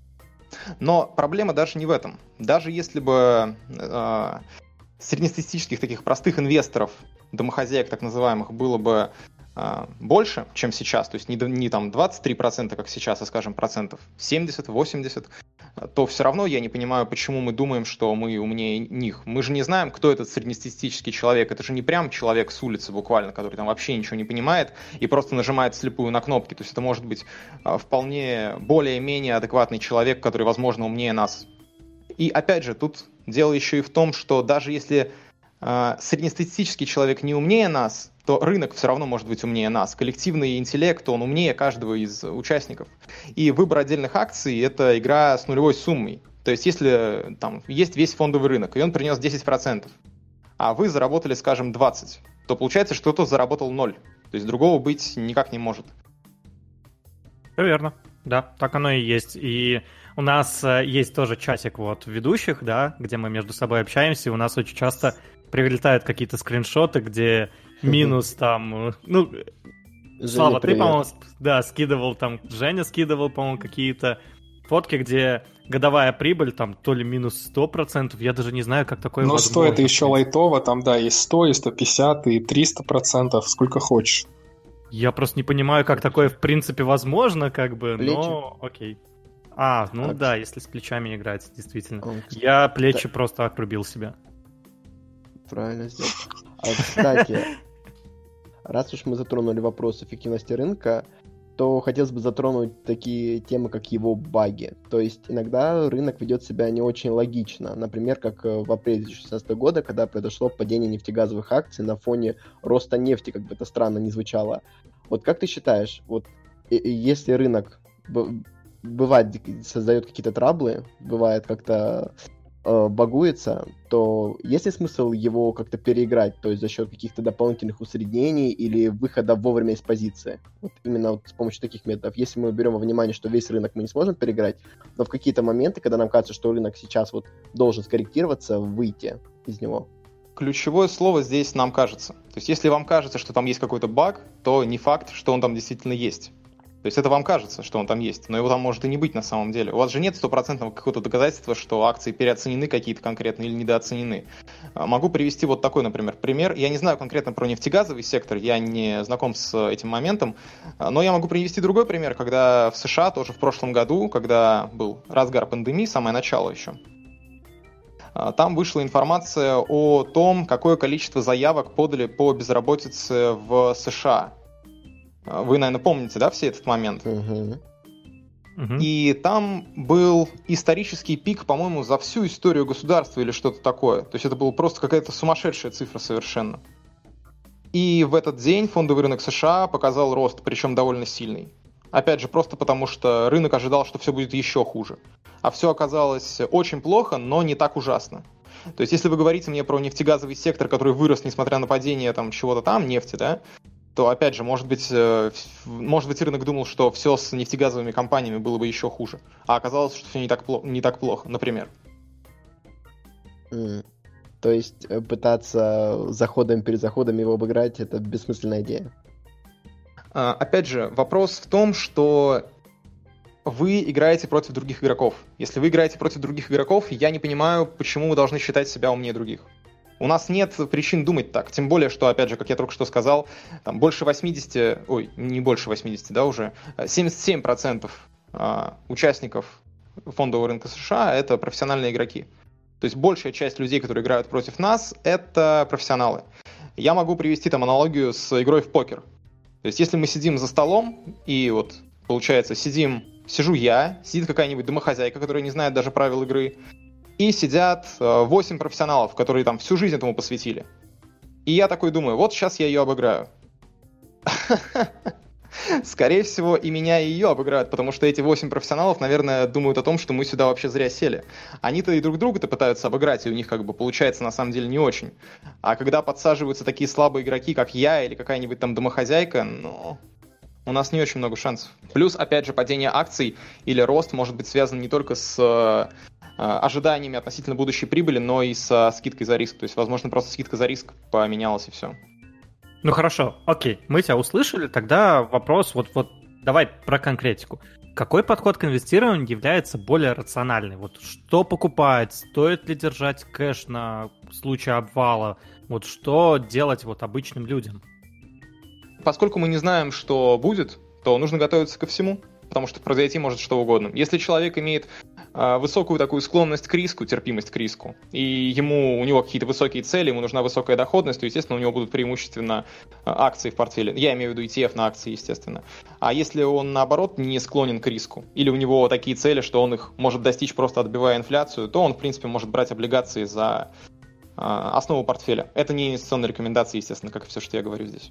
Но проблема даже не в этом. Даже если бы э, среднестатистических таких простых инвесторов, домохозяек так называемых, было бы э, больше, чем сейчас, то есть не, не там двадцать три процента, как сейчас, а, скажем, процентов семьдесят-восемьдесят, то все равно я не понимаю, почему мы думаем, что мы умнее них. Мы же не знаем, кто этот среднестатистический человек. Это же не прям человек с улицы буквально, который там вообще ничего не понимает и просто нажимает вслепую на кнопки. То есть это может быть вполне более-менее адекватный человек, который, возможно, умнее нас. И опять же, тут дело еще и в том, что даже если э, среднестатистический человек не умнее нас, то рынок все равно может быть умнее нас. Коллективный интеллект, он умнее каждого из участников. И выбор отдельных акций – это игра с нулевой суммой. То есть если там есть весь фондовый рынок, и он принес десять процентов, а вы заработали, скажем, двадцать процентов, то получается, что кто-то заработал ноль. То есть другого быть никак не может. Все верно. Да, так оно и есть. И у нас есть тоже чатик вот ведущих, да, где мы между собой общаемся, и у нас очень часто прилетают какие-то скриншоты, где минус там, ну, Женя, Слава, привет. Ты, по-моему, да, скидывал там, Женя скидывал, по-моему, какие-то фотки, где годовая прибыль там то ли минус сто процентов, я даже не знаю, как такое возможно. Но сто это еще быть. лайтово, там, да, и сто, и сто пятьдесят, и триста процентов, сколько хочешь. Я просто не понимаю, как такое в принципе возможно, как бы, Плечи. но окей. А, ну А, да, если с плечами играть, действительно. О, Я плечи да. просто отрубил себя. Правильно сделал. А, кстати, раз уж мы затронули вопрос эффективности рынка, то хотелось бы затронуть такие темы, как его баги. То есть иногда рынок ведет себя не очень логично. Например, как э, в апреле две тысячи шестнадцатого года, когда произошло падение нефтегазовых акций на фоне роста нефти, как бы это странно ни звучало. Вот как ты считаешь, вот и- и если рынок б- бывает создает какие-то траблы, бывает как-то э, багуется, то есть ли смысл его как-то переиграть, то есть за счет каких-то дополнительных усреднений или выхода вовремя из позиции? Вот именно вот с помощью таких методов. Если мы берем во внимание, что весь рынок мы не сможем переиграть, но в какие-то моменты, когда нам кажется, что рынок сейчас вот должен скорректироваться, выйти из него. Ключевое слово здесь «нам кажется». То есть если вам кажется, что там есть какой-то баг, то не факт, что он там действительно есть. То есть это вам кажется, что он там есть, но его там может и не быть на самом деле. У вас же нет стопроцентного какого-то доказательства, что акции переоценены какие-то конкретно или недооценены. Могу привести вот такой, например, пример. Я не знаю конкретно про нефтегазовый сектор, я не знаком с этим моментом, но я могу привести другой пример, когда в США тоже в прошлом году, когда был разгар пандемии, самое начало еще, там вышла информация о том, какое количество заявок подали по безработице в США. Вы, наверное, помните, да, все этот момент? Угу. Мгм. И там был исторический пик, по-моему, за всю историю государства или что-то такое. То есть это была просто какая-то сумасшедшая цифра совершенно. И в этот день фондовый рынок США показал рост, причем довольно сильный. Опять же, просто потому что рынок ожидал, что все будет еще хуже. А все оказалось очень плохо, но не так ужасно. То есть если вы говорите мне про нефтегазовый сектор, который вырос, несмотря на падение там, чего-то там, нефти, да, то, опять же, может быть, э, может быть, рынок думал, что все с нефтегазовыми компаниями было бы еще хуже. А оказалось, что все не так, пло- не так плохо, например. М. То есть э, пытаться заходом-перезаходом его обыграть — это бессмысленная идея. А, Опять же, вопрос в том, что вы играете против других игроков. Если вы играете против других игроков, я не понимаю, почему вы должны считать себя умнее других. У нас нет причин думать так. Тем более, что, опять же, как я только что сказал, там больше восемьдесят, ой, не больше восемьдесят, да, уже, семьдесят семь процентов а, участников фондового рынка США — это профессиональные игроки. То есть большая часть людей, которые играют против нас, это профессионалы. Я могу привести там аналогию с игрой в покер. То есть если мы сидим за столом, и вот, получается, сидим, сижу я, сидит какая-нибудь домохозяйка, которая не знает даже правил игры, и сидят восемь профессионалов, которые там всю жизнь этому посвятили. И я такой думаю, вот сейчас я ее обыграю. Скорее всего, и меня, и ее обыграют, потому что эти восемь профессионалов, наверное, думают о том, что мы сюда вообще зря сели. Они-то и друг друга-то пытаются обыграть, и у них как бы получается на самом деле не очень. А когда подсаживаются такие слабые игроки, как я или какая-нибудь там домохозяйка, ну, у нас не очень много шансов. Плюс, опять же, падение акций или рост может быть связан не только с э, ожиданиями относительно будущей прибыли, но и со скидкой за риск. То есть, возможно, просто скидка за риск поменялась и все. Ну хорошо, окей, мы тебя услышали, тогда вопрос, вот, вот давай про конкретику. Какой подход к инвестированию является более рациональный? Вот что покупать, стоит ли держать кэш на случай обвала, вот что делать вот обычным людям? Поскольку мы не знаем, что будет, то нужно готовиться ко всему, потому что произойти может что угодно. Если человек имеет э, высокую такую склонность к риску, терпимость к риску, и ему, у него какие-то высокие цели, ему нужна высокая доходность, то, естественно, у него будут преимущественно э, акции в портфеле. Я имею в виду и ти эф на акции, естественно. А если он, наоборот, не склонен к риску, или у него такие цели, что он их может достичь, просто отбивая инфляцию, то он, в принципе, может брать облигации за э, основу портфеля. Это не инвестиционная рекомендация, естественно, как и все, что я говорю здесь.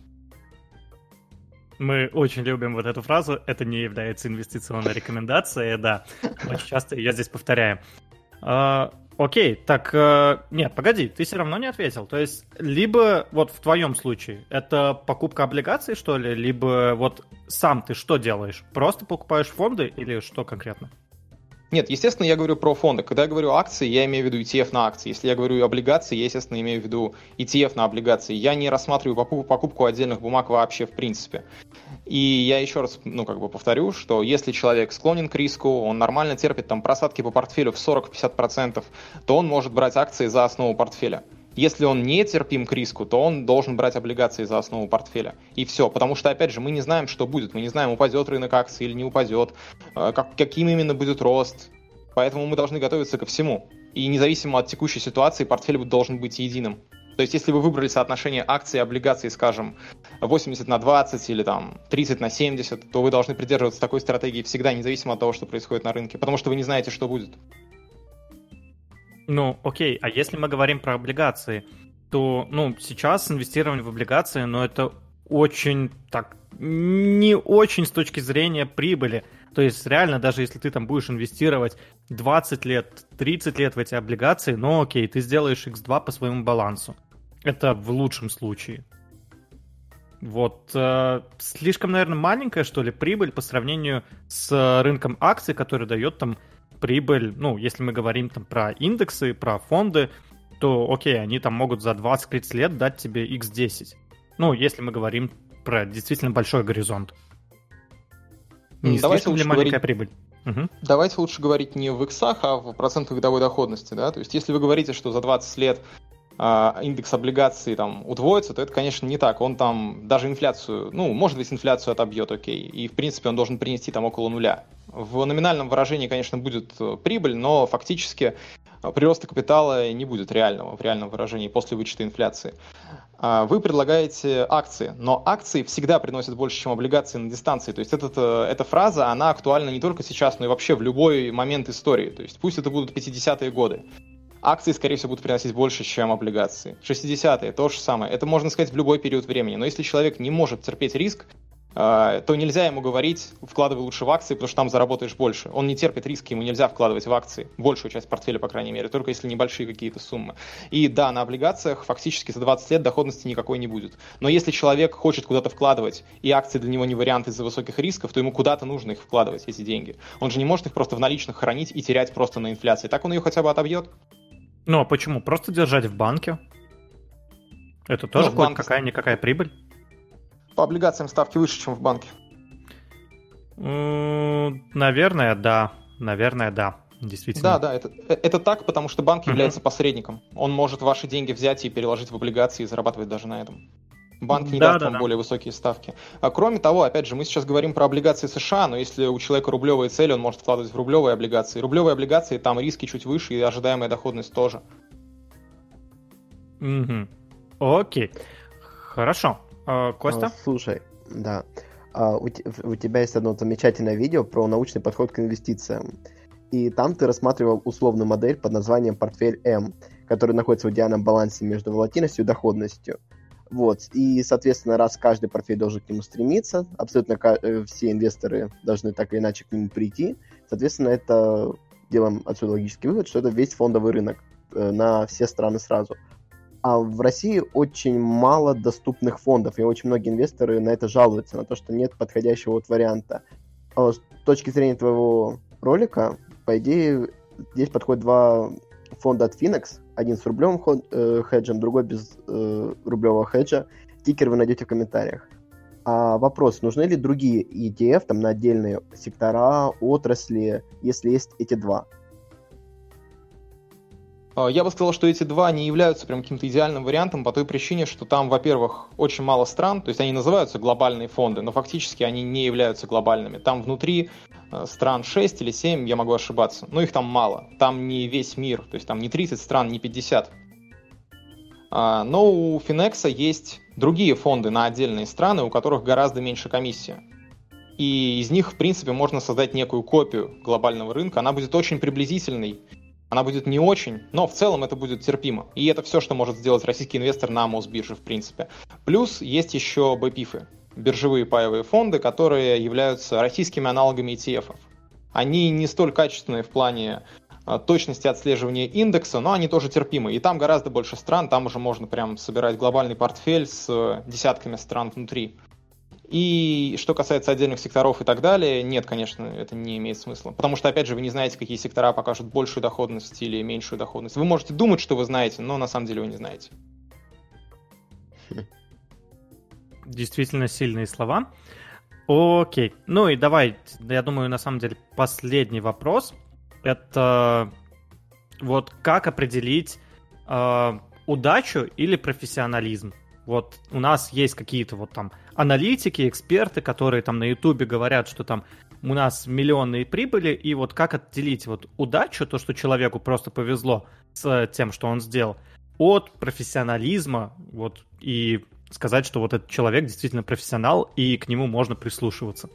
Мы очень любим вот эту фразу, это не является инвестиционной рекомендацией, да, очень часто ее здесь повторяем. А, окей, так, а, нет, погоди, ты все равно не ответил, то есть либо вот в твоем случае это покупка облигаций, что ли, либо вот сам ты что делаешь, просто покупаешь фонды или что конкретно? Нет, естественно, я говорю про фонды. Когда я говорю акции, я имею в виду и ти эф на акции. Если я говорю облигации, я, естественно, имею в виду и ти эф на облигации. Я не рассматриваю покупку отдельных бумаг вообще в принципе. И я еще раз, ну, как бы повторю, что если человек склонен к риску, он нормально терпит там просадки по портфелю в сорок-пятьдесят процентов, то он может брать акции за основу портфеля. Если он не терпим к риску, то он должен брать облигации за основу портфеля. И все. Потому что, опять же, мы не знаем, что будет. Мы не знаем, упадет рынок акций или не упадет, как, каким именно будет рост. Поэтому мы должны готовиться ко всему. И независимо от текущей ситуации, портфель должен быть единым. То есть, если вы выбрали соотношение акций и облигаций, скажем, восемьдесят на двадцать или там тридцать на семьдесят, то вы должны придерживаться такой стратегии всегда, независимо от того, что происходит на рынке. Потому что вы не знаете, что будет. Ну, окей, а если мы говорим про облигации, то, ну, сейчас инвестирование в облигации, ну, это очень так, не очень с точки зрения прибыли. То есть, реально, даже если ты там будешь инвестировать двадцать лет, тридцать лет в эти облигации, ну, окей, ты сделаешь икс два по своему балансу. Это в лучшем случае. Вот, э, слишком, наверное, маленькая, что ли, прибыль по сравнению с рынком акций, который дает там прибыль, ну, если мы говорим там про индексы, про фонды, то, окей, они там могут за двадцать-тридцать лет дать тебе икс десять. Ну, если мы говорим про действительно большой горизонт. Не Давайте слишком ли лучше маленькая говорить... прибыль? Угу. Давайте лучше говорить не в иксах, а в процентах годовой доходности, да, то есть если вы говорите, что за двадцать лет а, индекс облигаций там удвоится, то это, конечно, не так, он там даже инфляцию, ну, может быть, инфляцию отобьет, окей, и, в принципе, он должен принести там около нуля. В номинальном выражении, конечно, будет прибыль, но фактически прироста капитала не будет реального в реальном выражении после вычета инфляции. Вы предлагаете акции, но акции всегда приносят больше, чем облигации на дистанции. То есть этот, эта фраза, она актуальна не только сейчас, но и вообще в любой момент истории. То есть пусть это будут пятидесятые годы. Акции, скорее всего, будут приносить больше, чем облигации. шестидесятые, то же самое. Это можно сказать в любой период времени. Но если человек не может терпеть риск, то нельзя ему говорить, вкладывай лучше в акции, потому что там заработаешь больше. Он не терпит риски, ему нельзя вкладывать в акции. Большую часть портфеля, по крайней мере, только если небольшие какие-то суммы. И да, на облигациях фактически за двадцать лет доходности никакой не будет. Но если человек хочет куда-то вкладывать, и акции для него не вариант из-за высоких рисков, то ему куда-то нужно их вкладывать, эти деньги. Он же не может их просто в наличных хранить и терять просто на инфляции. Так он ее хотя бы отобьет. Ну, а почему? Просто держать в банке. Это тоже ну, банке... какая-никакая прибыль. По облигациям ставки выше, чем в банке. Наверное, да. Наверное, да. Действительно. Да, да, это, это так, потому что банк является uh-huh. посредником. Он может ваши деньги взять и переложить в облигации и зарабатывать даже на этом. Банк не да, даст да, вам да. более высокие ставки. А кроме того, опять же, мы сейчас говорим про облигации США, но если у человека рублевые цели, он может вкладывать в рублевые облигации. Рублевые облигации, там риски чуть выше и ожидаемая доходность тоже. Угу. Окей. Хорошо. А, Костя? А, слушай, да. А, у, у тебя есть одно замечательное видео про научный подход к инвестициям. И там ты рассматривал условную модель под названием портфель М, который находится в идеальном балансе между волатильностью и доходностью. Вот. И, соответственно, раз каждый портфель должен к нему стремиться, абсолютно все инвесторы должны так или иначе к нему прийти, соответственно, это делаем отсюда логический вывод, что это весь фондовый рынок на все страны сразу. А в России очень мало доступных фондов, и очень многие инвесторы на это жалуются, на то, что нет подходящего вот варианта. С точки зрения твоего ролика, по идее, здесь подходят два фонда от Finex, один с рублевым э, хеджем, другой без э, рублевого хеджа. Тикер вы найдете в комментариях. А вопрос, нужны ли другие и ти эф там, на отдельные сектора, отрасли, если есть эти два? Я бы сказал, что эти два не являются прям каким-то идеальным вариантом по той причине, что там, во-первых, очень мало стран, то есть они называются глобальные фонды, но фактически они не являются глобальными. Там внутри стран шесть или семь, я могу ошибаться, но их там мало. Там не весь мир, то есть там не тридцать стран, не пятьдесят. Но у Finex есть другие фонды на отдельные страны, у которых гораздо меньше комиссия. И из них, в принципе, можно создать некую копию глобального рынка. Она будет очень приблизительной. Она будет не очень, но в целом это будет терпимо. И это все, что может сделать российский инвестор на Мосбирже, в принципе. Плюс есть еще би пифы, биржевые паевые фонды, которые являются российскими аналогами и ти эф-ов. Они не столь качественные в плане точности отслеживания индекса, но они тоже терпимы. И там гораздо больше стран, там уже можно прям собирать глобальный портфель с десятками стран внутри. И что касается отдельных секторов и так далее, нет, конечно, это не имеет смысла. Потому что, опять же, вы не знаете, какие сектора покажут большую доходность или меньшую доходность. Вы можете думать, что вы знаете, но на самом деле вы не знаете. Действительно сильные слова. Окей. Ну и давай, я думаю, на самом деле, последний вопрос. Это вот как определить, удачу или профессионализм. Вот у нас есть какие-то вот там аналитики, эксперты, которые там на Ютубе говорят, что там у нас миллионные прибыли, и вот как отделить вот удачу, то, что человеку просто повезло с тем, что он сделал, от профессионализма, вот, и сказать, что вот этот человек действительно профессионал, и к нему можно прислушиваться.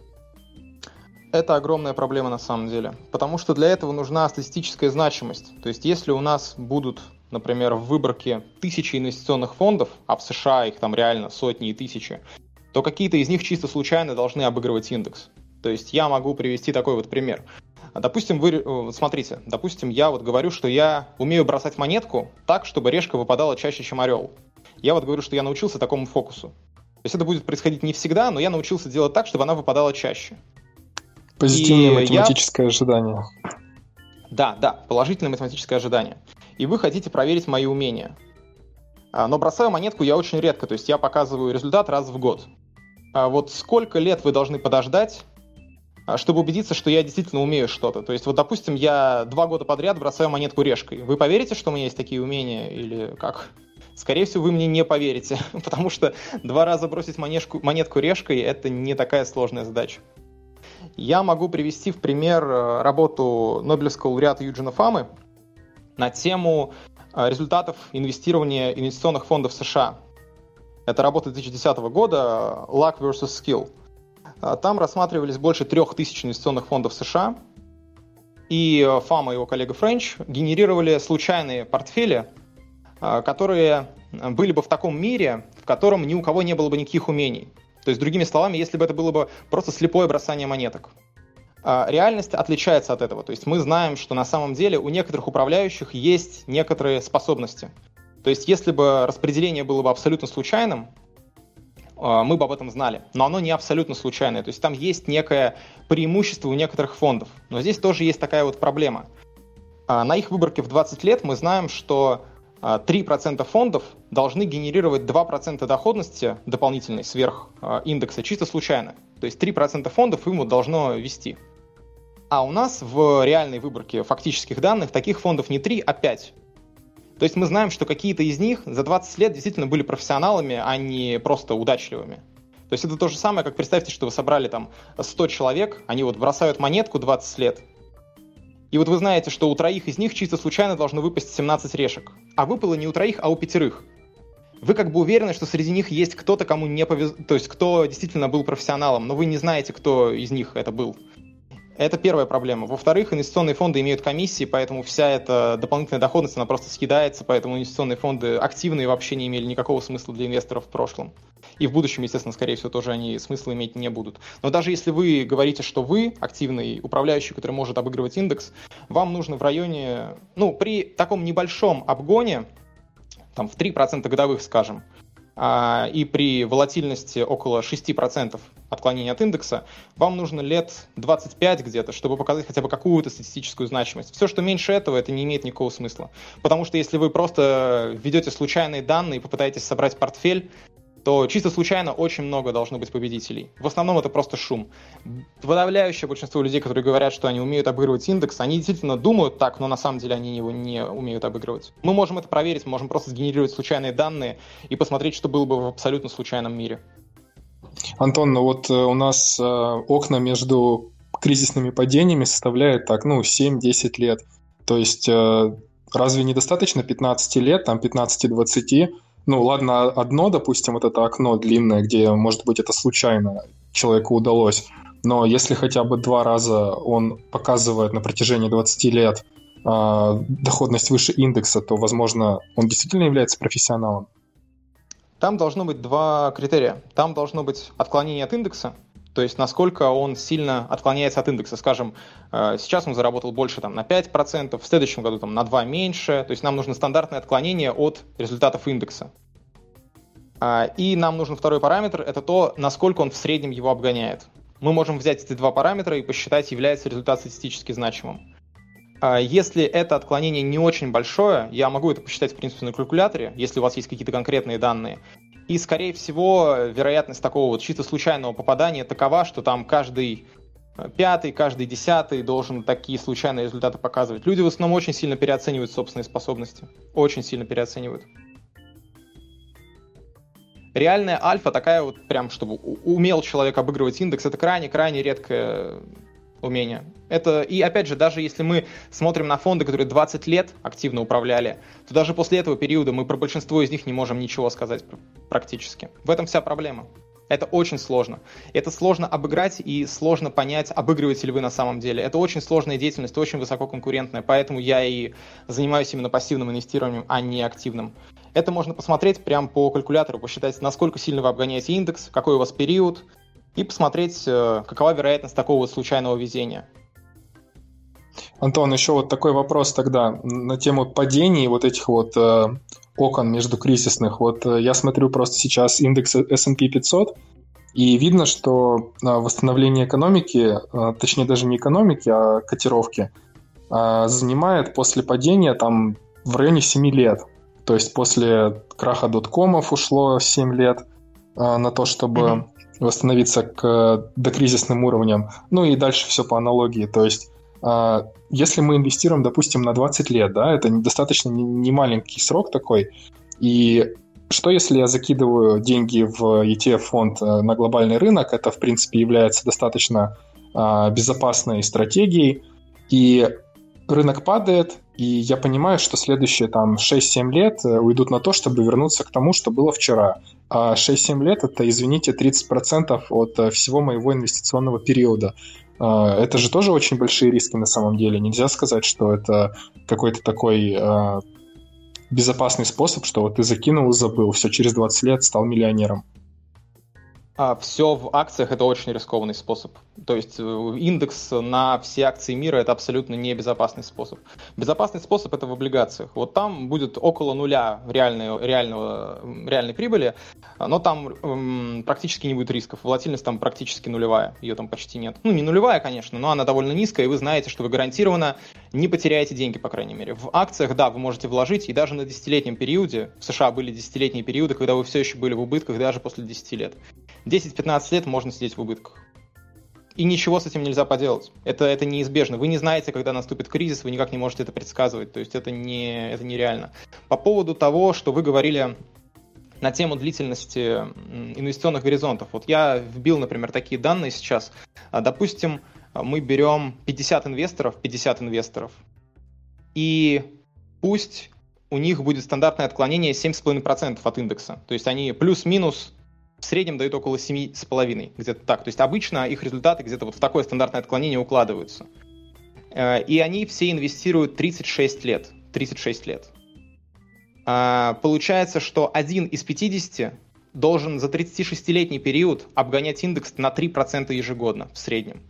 Это огромная проблема на самом деле, потому что для этого нужна статистическая значимость. То есть если у нас будут, например, в выборке тысячи инвестиционных фондов, а в США их там реально сотни и тысячи, то какие-то из них чисто случайно должны обыгрывать индекс. То есть я могу привести такой вот пример. Допустим, вы, смотрите, допустим, я вот говорю, что я умею бросать монетку так, чтобы решка выпадала чаще, чем орел. Я вот говорю, что я научился такому фокусу. То есть это будет происходить не всегда, но я научился делать так, чтобы она выпадала чаще. Позитивное и математическое я... ожидание. Да, да, положительное математическое ожидание. И вы хотите проверить мои умения. Но бросаю монетку я очень редко, то есть я показываю результат раз в год. А вот сколько лет вы должны подождать, чтобы убедиться, что я действительно умею что-то? То есть вот, допустим, я два года подряд бросаю монетку решкой. Вы поверите, что у меня есть такие умения или как? Скорее всего, вы мне не поверите, потому что два раза бросить монетку, монетку решкой – это не такая сложная задача. Я могу привести в пример работу Нобелевского лауреата Юджина Фамы на тему результатов инвестирования инвестиционных фондов США. Это работа две тысячи десятого года «Luck versus Skill». Там рассматривались больше трех тысяч инвестиционных фондов США, и Фама и его коллега Френч генерировали случайные портфели, которые были бы в таком мире, в котором ни у кого не было бы никаких умений. То есть, другими словами, если бы это было бы просто слепое бросание монеток. Реальность отличается от этого. То есть мы знаем, что на самом деле у некоторых управляющих есть некоторые способности. То есть если бы распределение было бы абсолютно случайным, мы бы об этом знали. Но оно не абсолютно случайное. То есть там есть некое преимущество у некоторых фондов. Но здесь тоже есть такая вот проблема. На их выборке в двадцать лет мы знаем, что три процента фондов должны генерировать два процента доходности дополнительной сверх индекса чисто случайно. То есть три процента фондов им должно вести. А у нас в реальной выборке фактических данных таких фондов не три, а пять. То есть мы знаем, что какие-то из них за двадцать лет действительно были профессионалами, а не просто удачливыми. То есть это то же самое, как представьте, что вы собрали там сто человек, они вот бросают монетку двадцать лет, и вот вы знаете, что у троих из них чисто случайно должно выпасть семнадцать решек. А выпало не у троих, а у пятерых. Вы как бы уверены, что среди них есть кто-то, кому не повезло, то есть кто действительно был профессионалом, но вы не знаете, кто из них это был. Это первая проблема. Во-вторых, инвестиционные фонды имеют комиссии, поэтому вся эта дополнительная доходность, она просто съедается, поэтому инвестиционные фонды активные вообще не имели никакого смысла для инвесторов в прошлом. И в будущем, естественно, скорее всего, тоже они смысла иметь не будут. Но даже если вы говорите, что вы активный управляющий, который может обыгрывать индекс, вам нужно в районе, ну, при таком небольшом обгоне, там в три процента годовых, скажем, и при волатильности около шесть процентов отклонения от индекса, вам нужно лет двадцать пять где-то, чтобы показать хотя бы какую-то статистическую значимость. Все, что меньше этого, это не имеет никакого смысла. Потому что если вы просто введете случайные данные и попытаетесь собрать портфель, то чисто случайно очень много должно быть победителей. В основном это просто шум. Подавляющее большинство людей, которые говорят, что они умеют обыгрывать индекс, они действительно думают так, но на самом деле они его не умеют обыгрывать. Мы можем это проверить, мы можем просто сгенерировать случайные данные и посмотреть, что было бы в абсолютно случайном мире. Антон, ну вот у нас э, окна между кризисными падениями составляют так, ну, семь-десять лет. То есть э, разве недостаточно пятнадцать лет, там пятнадцать-двадцать? Ну, ладно, одно, допустим, вот это окно длинное, где, может быть, это случайно человеку удалось, но если хотя бы два раза он показывает на протяжении двадцати лет э, доходность выше индекса, то, возможно, он действительно является профессионалом. Там должно быть два критерия. Там должно быть отклонение от индекса, то есть насколько он сильно отклоняется от индекса. Скажем, сейчас он заработал больше там, на пять процентов, в следующем году там, на два процента меньше. То есть нам нужно стандартное отклонение от результатов индекса. И нам нужен второй параметр, это то, насколько он в среднем его обгоняет. Мы можем взять эти два параметра и посчитать, является результат статистически значимым. Если это отклонение не очень большое, я могу это посчитать, в принципе, на калькуляторе, если у вас есть какие-то конкретные данные. И, скорее всего, вероятность такого вот чисто случайного попадания такова, что там каждый пятый, каждый десятый должен такие случайные результаты показывать. Люди в основном очень сильно переоценивают собственные способности. Очень сильно переоценивают. Реальная альфа такая вот прям, чтобы умел человек обыгрывать индекс, это крайне-крайне редкое умение. Это, и опять же, даже если мы смотрим на фонды, которые двадцать лет активно управляли, то даже после этого периода мы про большинство из них не можем ничего сказать практически. В этом вся проблема. Это очень сложно. Это сложно обыграть и сложно понять, обыгрываете ли вы на самом деле. Это очень сложная деятельность, очень высококонкурентная, поэтому я и занимаюсь именно пассивным инвестированием, а не активным. Это можно посмотреть прямо по калькулятору, посчитать, насколько сильно вы обгоняете индекс, какой у вас период, и посмотреть, какова вероятность такого случайного везения. Антон, еще вот такой вопрос тогда на тему падений вот этих вот э, окон между кризисных. Вот э, я смотрю просто сейчас индекс эс энд пи пятьсот, и видно, что э, восстановление экономики, э, точнее даже не экономики, а котировки, э, занимает после падения там в районе семь лет. То есть после краха доткомов ушло семь лет э, на то, чтобы mm-hmm. восстановиться к докризисным уровням. Ну и дальше все по аналогии. То есть если мы инвестируем, допустим, на двадцать лет, да, это достаточно не маленький срок такой, и что если я закидываю деньги в и ти эф-фонд на глобальный рынок, это, в принципе, является достаточно безопасной стратегией, и рынок падает, и я понимаю, что следующие там шесть-семь лет уйдут на то, чтобы вернуться к тому, что было вчера. А шесть-семь лет — это, извините, тридцать процентов от всего моего инвестиционного периода. Это же тоже очень большие риски на самом деле. Нельзя сказать, что это какой-то такой э, безопасный способ, что вот ты закинул и забыл, все, через двадцать лет стал миллионером. А, все в акциях — это очень рискованный способ. То есть индекс на все акции мира — это абсолютно небезопасный способ. Безопасный способ — это в облигациях. Вот там будет около нуля реальной, реального, реальной прибыли, но там эм, практически не будет рисков. Волатильность там практически нулевая, ее там почти нет. Ну, не нулевая, конечно, но она довольно низкая, и вы знаете, что вы гарантированно не потеряете деньги, по крайней мере. В акциях, да, вы можете вложить, и даже на десятилетнем периоде, в США были десятилетние периоды, когда вы все еще были в убытках даже после десяти лет. десять-пятнадцать лет можно сидеть в убытках. И ничего с этим нельзя поделать. Это, это неизбежно. Вы не знаете, когда наступит кризис, вы никак не можете это предсказывать. То есть это, не, это нереально. По поводу того, что вы говорили на тему длительности инвестиционных горизонтов. Вот я вбил, например, такие данные сейчас. Допустим, мы берем пятьдесят инвесторов, пятьдесят инвесторов, и пусть у них будет стандартное отклонение семь целых пять десятых процента от индекса. То есть они плюс-минус в среднем дают около семь целых пять десятых, где-то так. То есть обычно их результаты где-то вот в такое стандартное отклонение укладываются. И они все инвестируют тридцать шесть лет. тридцать шесть лет. Получается, что один из пятидесяти должен за тридцатишестилетний период обгонять индекс на три процента ежегодно в среднем.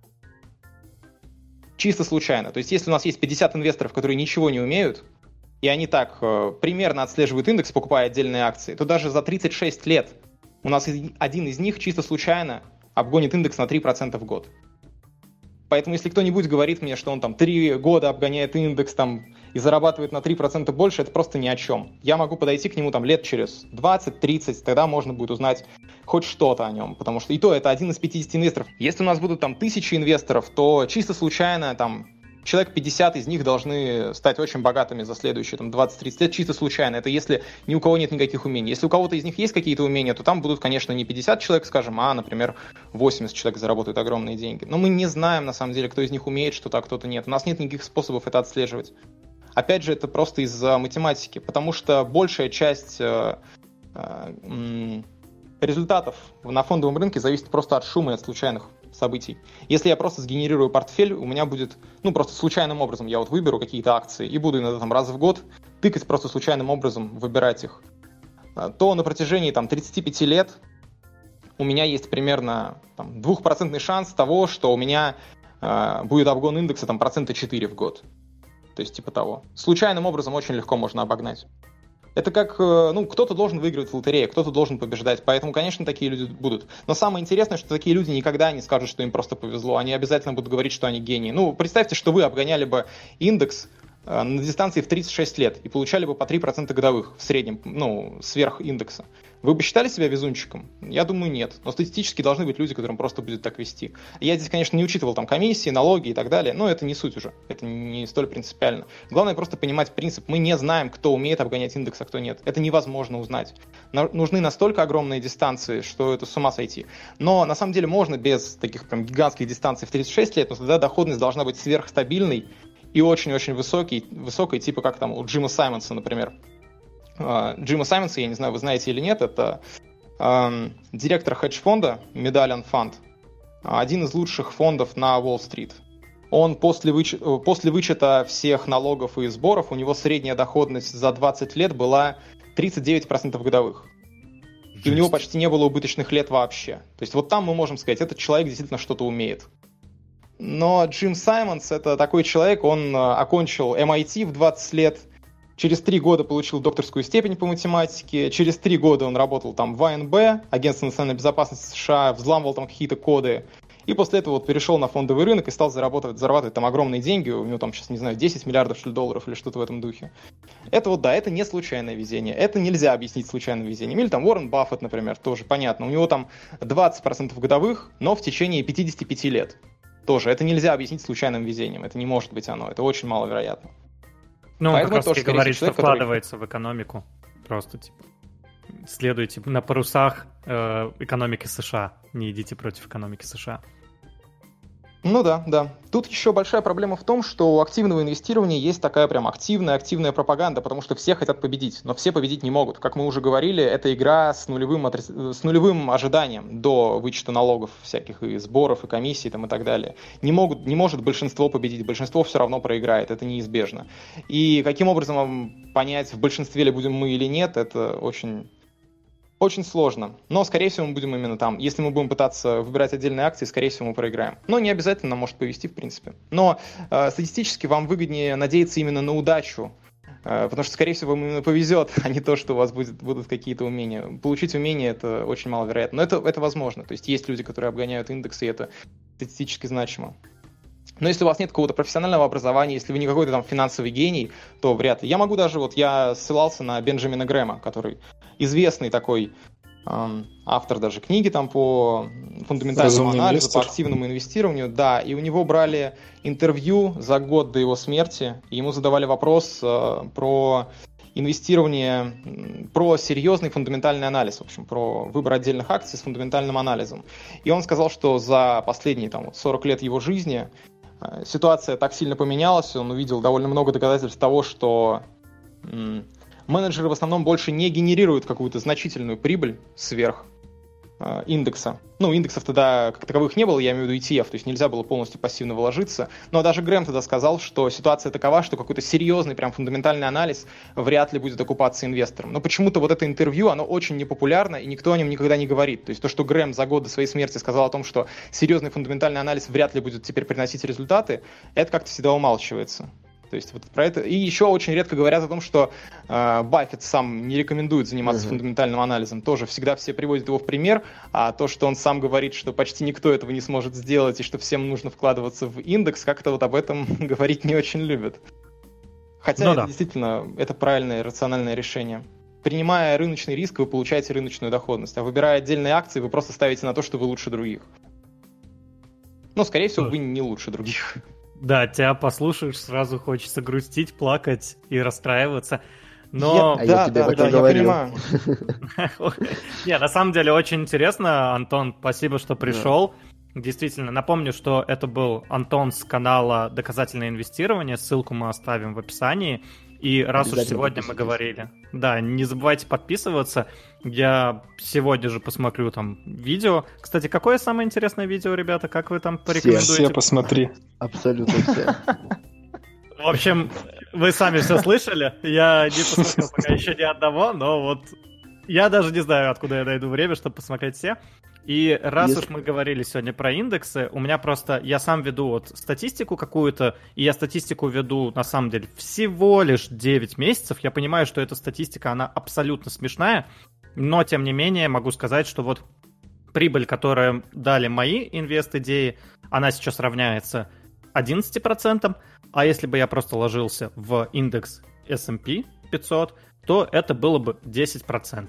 Чисто случайно. То есть если у нас есть пятьдесят инвесторов, которые ничего не умеют, и они так э, примерно отслеживают индекс, покупая отдельные акции, то даже за тридцать шесть лет у нас один из них чисто случайно обгонит индекс на три процента в год. Поэтому если кто-нибудь говорит мне, что он там три года обгоняет индекс там, и зарабатывает на три процента больше, это просто ни о чем. Я могу подойти к нему там лет через двадцать-тридцать, тогда можно будет узнать хоть что-то о нем. Потому что и то это один из пятидесяти инвесторов. Если у нас будут там тысячи инвесторов, то чисто случайно там человек пятьдесят из них должны стать очень богатыми за следующие там, двадцать-тридцать лет, чисто случайно. Это если ни у кого нет никаких умений. Если у кого-то из них есть какие-то умения, то там будут, конечно, не пятьдесят человек, скажем, а, например, восемьдесят человек заработают огромные деньги. Но мы не знаем, на самом деле, кто из них умеет что-то, а кто-то нет. У нас нет никаких способов это отслеживать. Опять же, это просто из-за математики, потому что большая часть э, э, результатов на фондовом рынке зависит просто от шума и от случайных событий. Если я просто сгенерирую портфель, у меня будет, ну, просто случайным образом я вот выберу какие-то акции и буду иногда там раз в год тыкать просто случайным образом, выбирать их, то на протяжении там тридцати пяти лет у меня есть примерно там, двухпроцентный шанс того, что у меня э, будет обгон индекса там процента четыре в год. То есть типа того. Случайным образом очень легко можно обогнать. Это как, ну, кто-то должен выигрывать в лотерею, кто-то должен побеждать, поэтому, конечно, такие люди будут. Но самое интересное, что такие люди никогда не скажут, что им просто повезло, они обязательно будут говорить, что они гении. Ну, представьте, что вы обгоняли бы индекс на дистанции в тридцать шесть лет и получали бы по три процента годовых в среднем, ну, сверх индекса. Вы бы считали себя везунчиком? Я думаю, нет. Но статистически должны быть люди, которым просто будет так вести. Я здесь, конечно, не учитывал там комиссии, налоги и так далее, но это не суть уже. Это не столь принципиально. Главное просто понимать принцип. Мы не знаем, кто умеет обгонять индекс, а кто нет. Это невозможно узнать. Нужны настолько огромные дистанции, что это с ума сойти. Но на самом деле можно без таких прям гигантских дистанций в тридцать шесть лет, но тогда доходность должна быть сверхстабильной и очень-очень высокий, высокой, типа как там у Джима Саймонса, например. Джима Саймонса, я не знаю, вы знаете или нет, это э, директор хедж-фонда Medallion Fund, один из лучших фондов на Уолл-стрит. Он после, выч... после вычета всех налогов и сборов, у него средняя доходность за двадцать лет была тридцать девять процентов годовых. Жесть. И у него почти не было убыточных лет вообще. То есть вот там мы можем сказать, этот человек действительно что-то умеет. Но Джим Саймонс — это такой человек, он окончил эм ай ти в двадцать лет, через три года получил докторскую степень по математике, через три года он работал там в а эн бэ, Агентство национальной безопасности США, взламывал там какие-то коды, и после этого вот перешел на фондовый рынок и стал зарабатывать, зарабатывать там огромные деньги, у него там сейчас, не знаю, десять миллиардов что ли, долларов или что-то в этом духе. Это вот, да, это не случайное везение, это нельзя объяснить случайным везением. Или там Уоррен Баффет, например, тоже понятно, у него там двадцать процентов годовых, но в течение пятьдесят пять лет. Тоже, это нельзя объяснить случайным везением, это не может быть оно, это очень маловероятно. Ну, он как раз таки говорит, что вкладывается который... в экономику. Просто, типа, следуйте на парусах э, экономики США. Не идите против экономики США. Ну да, да. Тут еще большая проблема в том, что у активного инвестирования есть такая прям активная-активная пропаганда, потому что все хотят победить, но все победить не могут. Как мы уже говорили, это игра с нулевым, отри... с нулевым ожиданием до вычета налогов всяких и сборов, и комиссий там, и так далее. Не, могут, не может большинство победить, большинство все равно проиграет, это неизбежно. И каким образом понять, в большинстве ли будем мы или нет, это очень... Очень сложно, но, скорее всего, мы будем именно там. Если мы будем пытаться выбирать отдельные акции, скорее всего, мы проиграем. Но не обязательно нам может повезти, в принципе. Но э, статистически вам выгоднее надеяться именно на удачу, э, потому что, скорее всего, вам именно повезет, а не то, что у вас будет, будут какие-то умения. Получить умения — это очень маловероятно, но это, это возможно. То есть есть люди, которые обгоняют индексы, и это статистически значимо. Но если у вас нет какого-то профессионального образования, если вы не какой-то там финансовый гений, то вряд ли. Я могу даже, вот я ссылался на Бенджамина Грэма, который известный такой эм, автор даже книги там по фундаментальному Разумный анализу, инвестор. По активному инвестированию, да, и у него брали интервью за год до его смерти, и ему задавали вопрос э, про инвестирование, про серьезный фундаментальный анализ, в общем, про выбор отдельных акций с фундаментальным анализом. И он сказал, что за последние там, сорок лет его жизни ситуация так сильно поменялась, он увидел довольно много доказательств того, что м- менеджеры в основном больше не генерируют какую-то значительную прибыль сверх э, индекса. Ну, индексов тогда как таковых не было, я имею в виду и ти эф, то есть нельзя было полностью пассивно вложиться. Но даже Грэм тогда сказал, что ситуация такова, что какой-то серьезный, прям фундаментальный анализ вряд ли будет окупаться инвесторам. Но почему-то вот это интервью, оно очень непопулярно, и никто о нем никогда не говорит. То есть то, что Грэм за год до своей смерти сказал о том, что серьезный фундаментальный анализ вряд ли будет теперь приносить результаты, это как-то всегда умалчивается. То есть вот про это. И еще очень редко говорят о том, что э, Баффет сам не рекомендует заниматься uh-huh. фундаментальным анализом. Тоже всегда все приводят его в пример, а то, что он сам говорит, что почти никто этого не сможет сделать и что всем нужно вкладываться в индекс, как-то вот об этом говорить не очень любят. Хотя ну, это да. действительно это правильное рациональное решение. Принимая рыночный риск, вы получаете рыночную доходность, а выбирая отдельные акции, вы просто ставите на то, что вы лучше других. Но, скорее всего, вы не лучше других. Да, тебя послушаешь, сразу хочется грустить, плакать и расстраиваться. Но... Я, да, я тебе да, да, я понимаю. Не, на самом деле очень интересно, Антон, спасибо, что пришел. Действительно, напомню, что это был Антон с канала «Доказательное инвестирование», ссылку мы оставим в описании. И раз уж сегодня мы говорили, да, не забывайте подписываться. Я сегодня же посмотрю там видео. Кстати, какое самое интересное видео, ребята? Как вы там порекомендуете? Все, все посмотри. Абсолютно все. В общем, вы сами все слышали. Я не посмотрел пока еще ни одного, но вот я даже не знаю, откуда я найду время, чтобы посмотреть все. И раз Если... уж мы говорили сегодня про индексы, у меня просто, я сам веду вот статистику какую-то, и я статистику веду, на самом деле, всего лишь девять месяцев. Я понимаю, что эта статистика, она абсолютно смешная, но, тем не менее, могу сказать, что вот прибыль, которую дали мои инвест-идеи, она сейчас равняется одиннадцати процентам, а если бы я просто ложился в индекс эс энд пи пятьсот, то это было бы десять процентов.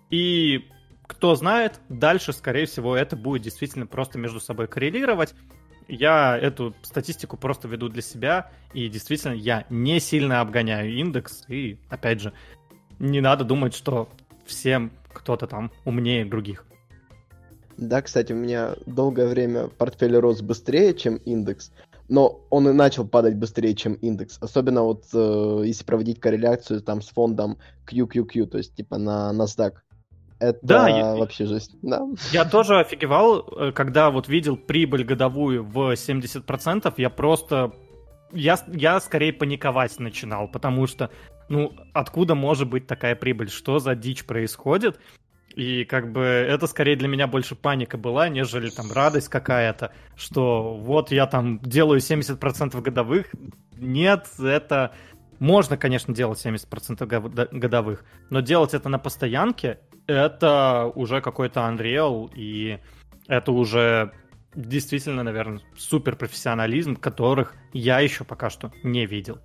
И кто знает, дальше, скорее всего, это будет действительно просто между собой коррелировать. Я эту статистику просто веду для себя, и действительно я не сильно обгоняю индекс, и, опять же, не надо думать, что всем кто-то там умнее других. Да, кстати, у меня долгое время портфель рос быстрее, чем индекс, но он и начал падать быстрее, чем индекс. Особенно вот э, если проводить корреляцию там с фондом кью кью кью, то есть типа на NASDAQ. Это да, я, вообще жесть. Да. Я тоже офигевал, когда вот видел прибыль годовую в семьдесят процентов, я просто... Я, я скорее паниковать начинал, потому что, ну, откуда может быть такая прибыль? Что за дичь происходит? И как бы это скорее для меня больше паника была, нежели там радость какая-то, что вот я там делаю семьдесят процентов годовых. Нет, это... Можно, конечно, делать семьдесят процентов годовых, но делать это на постоянке — это уже какой-то Unreal, и это уже действительно, наверное, суперпрофессионализм, которых я еще пока что не видел.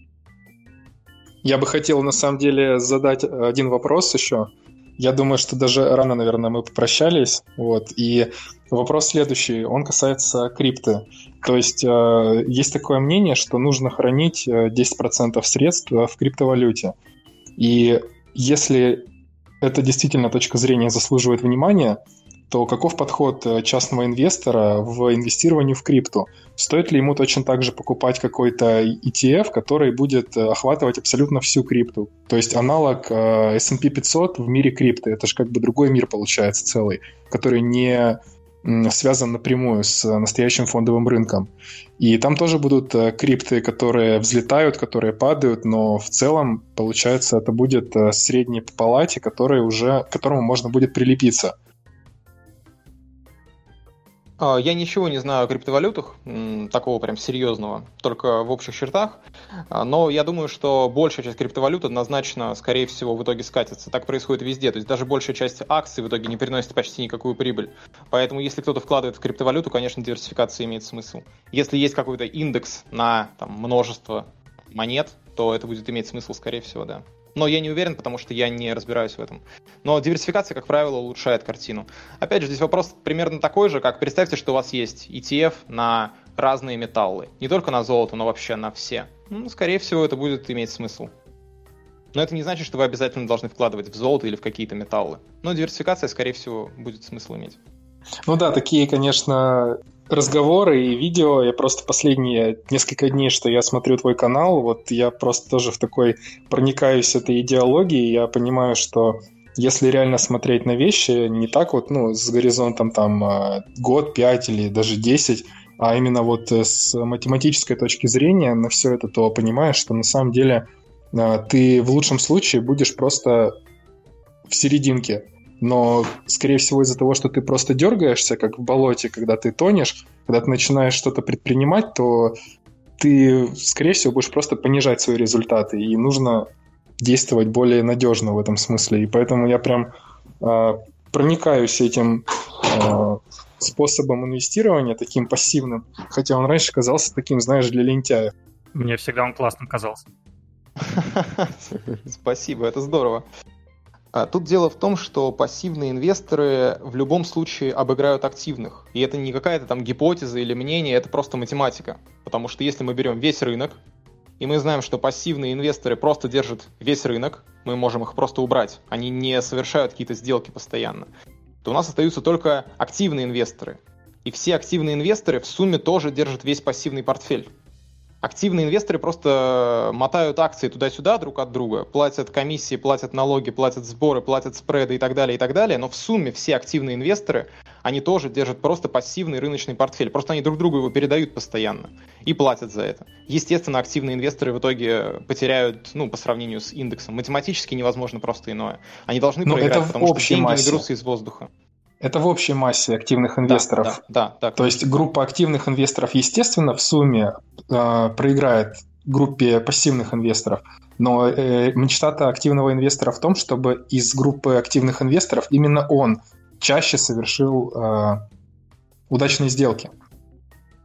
Я бы хотел, на самом деле, задать один вопрос еще. Я думаю, что даже рано, наверное, мы попрощались. Вот. И вопрос следующий, он касается крипты. То есть э, есть такое мнение, что нужно хранить десять процентов средств в криптовалюте. И если эта действительно точка зрения заслуживает внимания, то каков подход частного инвестора в инвестировании в крипту? Стоит ли ему точно так же покупать какой-то и ти эф, который будет охватывать абсолютно всю крипту? То есть аналог эс энд пи пятьсот в мире крипты. Это же как бы другой мир получается целый, который не связан напрямую с настоящим фондовым рынком. И там тоже будут крипты, которые взлетают, которые падают, но в целом, получается, это будет средний по палате, который уже, к которому можно будет прилепиться. Я ничего не знаю о криптовалютах, такого прям серьезного, только в общих чертах, но я думаю, что большая часть криптовалют однозначно, скорее всего, в итоге скатится. Так происходит везде, то есть даже большая часть акций в итоге не приносит почти никакую прибыль. Поэтому если кто-то вкладывает в криптовалюту, конечно, диверсификация имеет смысл. Если есть какой-то индекс на там, множество монет, то это будет иметь смысл, скорее всего, да. Но я не уверен, потому что я не разбираюсь в этом. Но диверсификация, как правило, улучшает картину. Опять же, здесь вопрос примерно такой же, как представьте, что у вас есть и ти эф на разные металлы. Не только на золото, но вообще на все. Ну, скорее всего, это будет иметь смысл. Но это не значит, что вы обязательно должны вкладывать в золото или в какие-то металлы. Но диверсификация, скорее всего, будет смысл иметь. Ну да, такие, конечно, разговоры и видео. Я просто последние несколько дней, что я смотрю твой канал, вот я просто тоже в такой проникаюсь этой идеологией. Я понимаю, что если реально смотреть на вещи, не так вот, ну, с горизонтом там год, пять или даже десять, а именно вот с математической точки зрения на все это, то понимаешь, что на самом деле ты в лучшем случае будешь просто в серединке. Но, скорее всего, из-за того, что ты просто дергаешься, как в болоте, когда ты тонешь, когда ты начинаешь что-то предпринимать, то ты, скорее всего, будешь просто понижать свои результаты. И нужно действовать более надежно в этом смысле. И поэтому я прям э, проникаюсь этим э, способом инвестирования, таким пассивным. Хотя он раньше казался таким, знаешь, для лентяев. Мне всегда он классным казался. Спасибо, это здорово. Тут дело в том, что пассивные инвесторы в любом случае обыграют активных. И это не какая-то там гипотеза или мнение, это просто математика. Потому что если мы берем весь рынок, и мы знаем, что пассивные инвесторы просто держат весь рынок, мы можем их просто убрать, они не совершают какие-то сделки постоянно, то у нас остаются только активные инвесторы. И все активные инвесторы в сумме тоже держат весь пассивный портфель. Активные инвесторы просто мотают акции туда-сюда друг от друга, платят комиссии, платят налоги, платят сборы, платят спреды и так далее, и так далее. Но в сумме все активные инвесторы, они тоже держат просто пассивный рыночный портфель. Просто они друг другу его передают постоянно и платят за это. Естественно, активные инвесторы в итоге потеряют, ну, по сравнению с индексом. Математически невозможно просто иное. Они должны Но проиграть, потому что деньги массе. не берутся из воздуха. Это в общей массе активных инвесторов. Да, да, да, То есть группа активных инвесторов, естественно, в сумме э, проиграет группе пассивных инвесторов. Но э, мечта-то активного инвестора в том, чтобы из группы активных инвесторов именно он чаще совершил э, удачные сделки.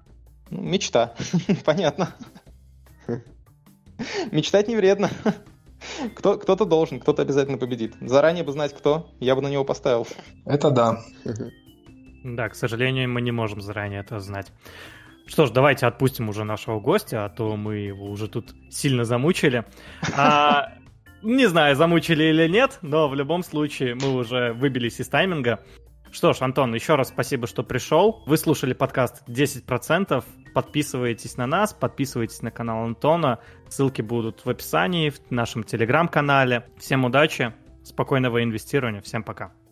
Мечта. Понятно. Мечтать не вредно. Кто, кто-то должен, кто-то обязательно победит. Заранее бы знать, кто, я бы на него поставил. Это да. Да, к сожалению, мы не можем заранее это знать. Что ж, давайте отпустим уже нашего гостя, а то мы его уже тут сильно замучили. А, не знаю, замучили или нет, но в любом случае мы уже выбились из тайминга. Что ж, Антон, еще раз спасибо, что пришел. Вы слушали подкаст десять процентов. Подписывайтесь на нас, подписывайтесь на канал Антона. Ссылки будут в описании, в нашем телеграм-канале. Всем удачи, спокойного инвестирования. Всем пока.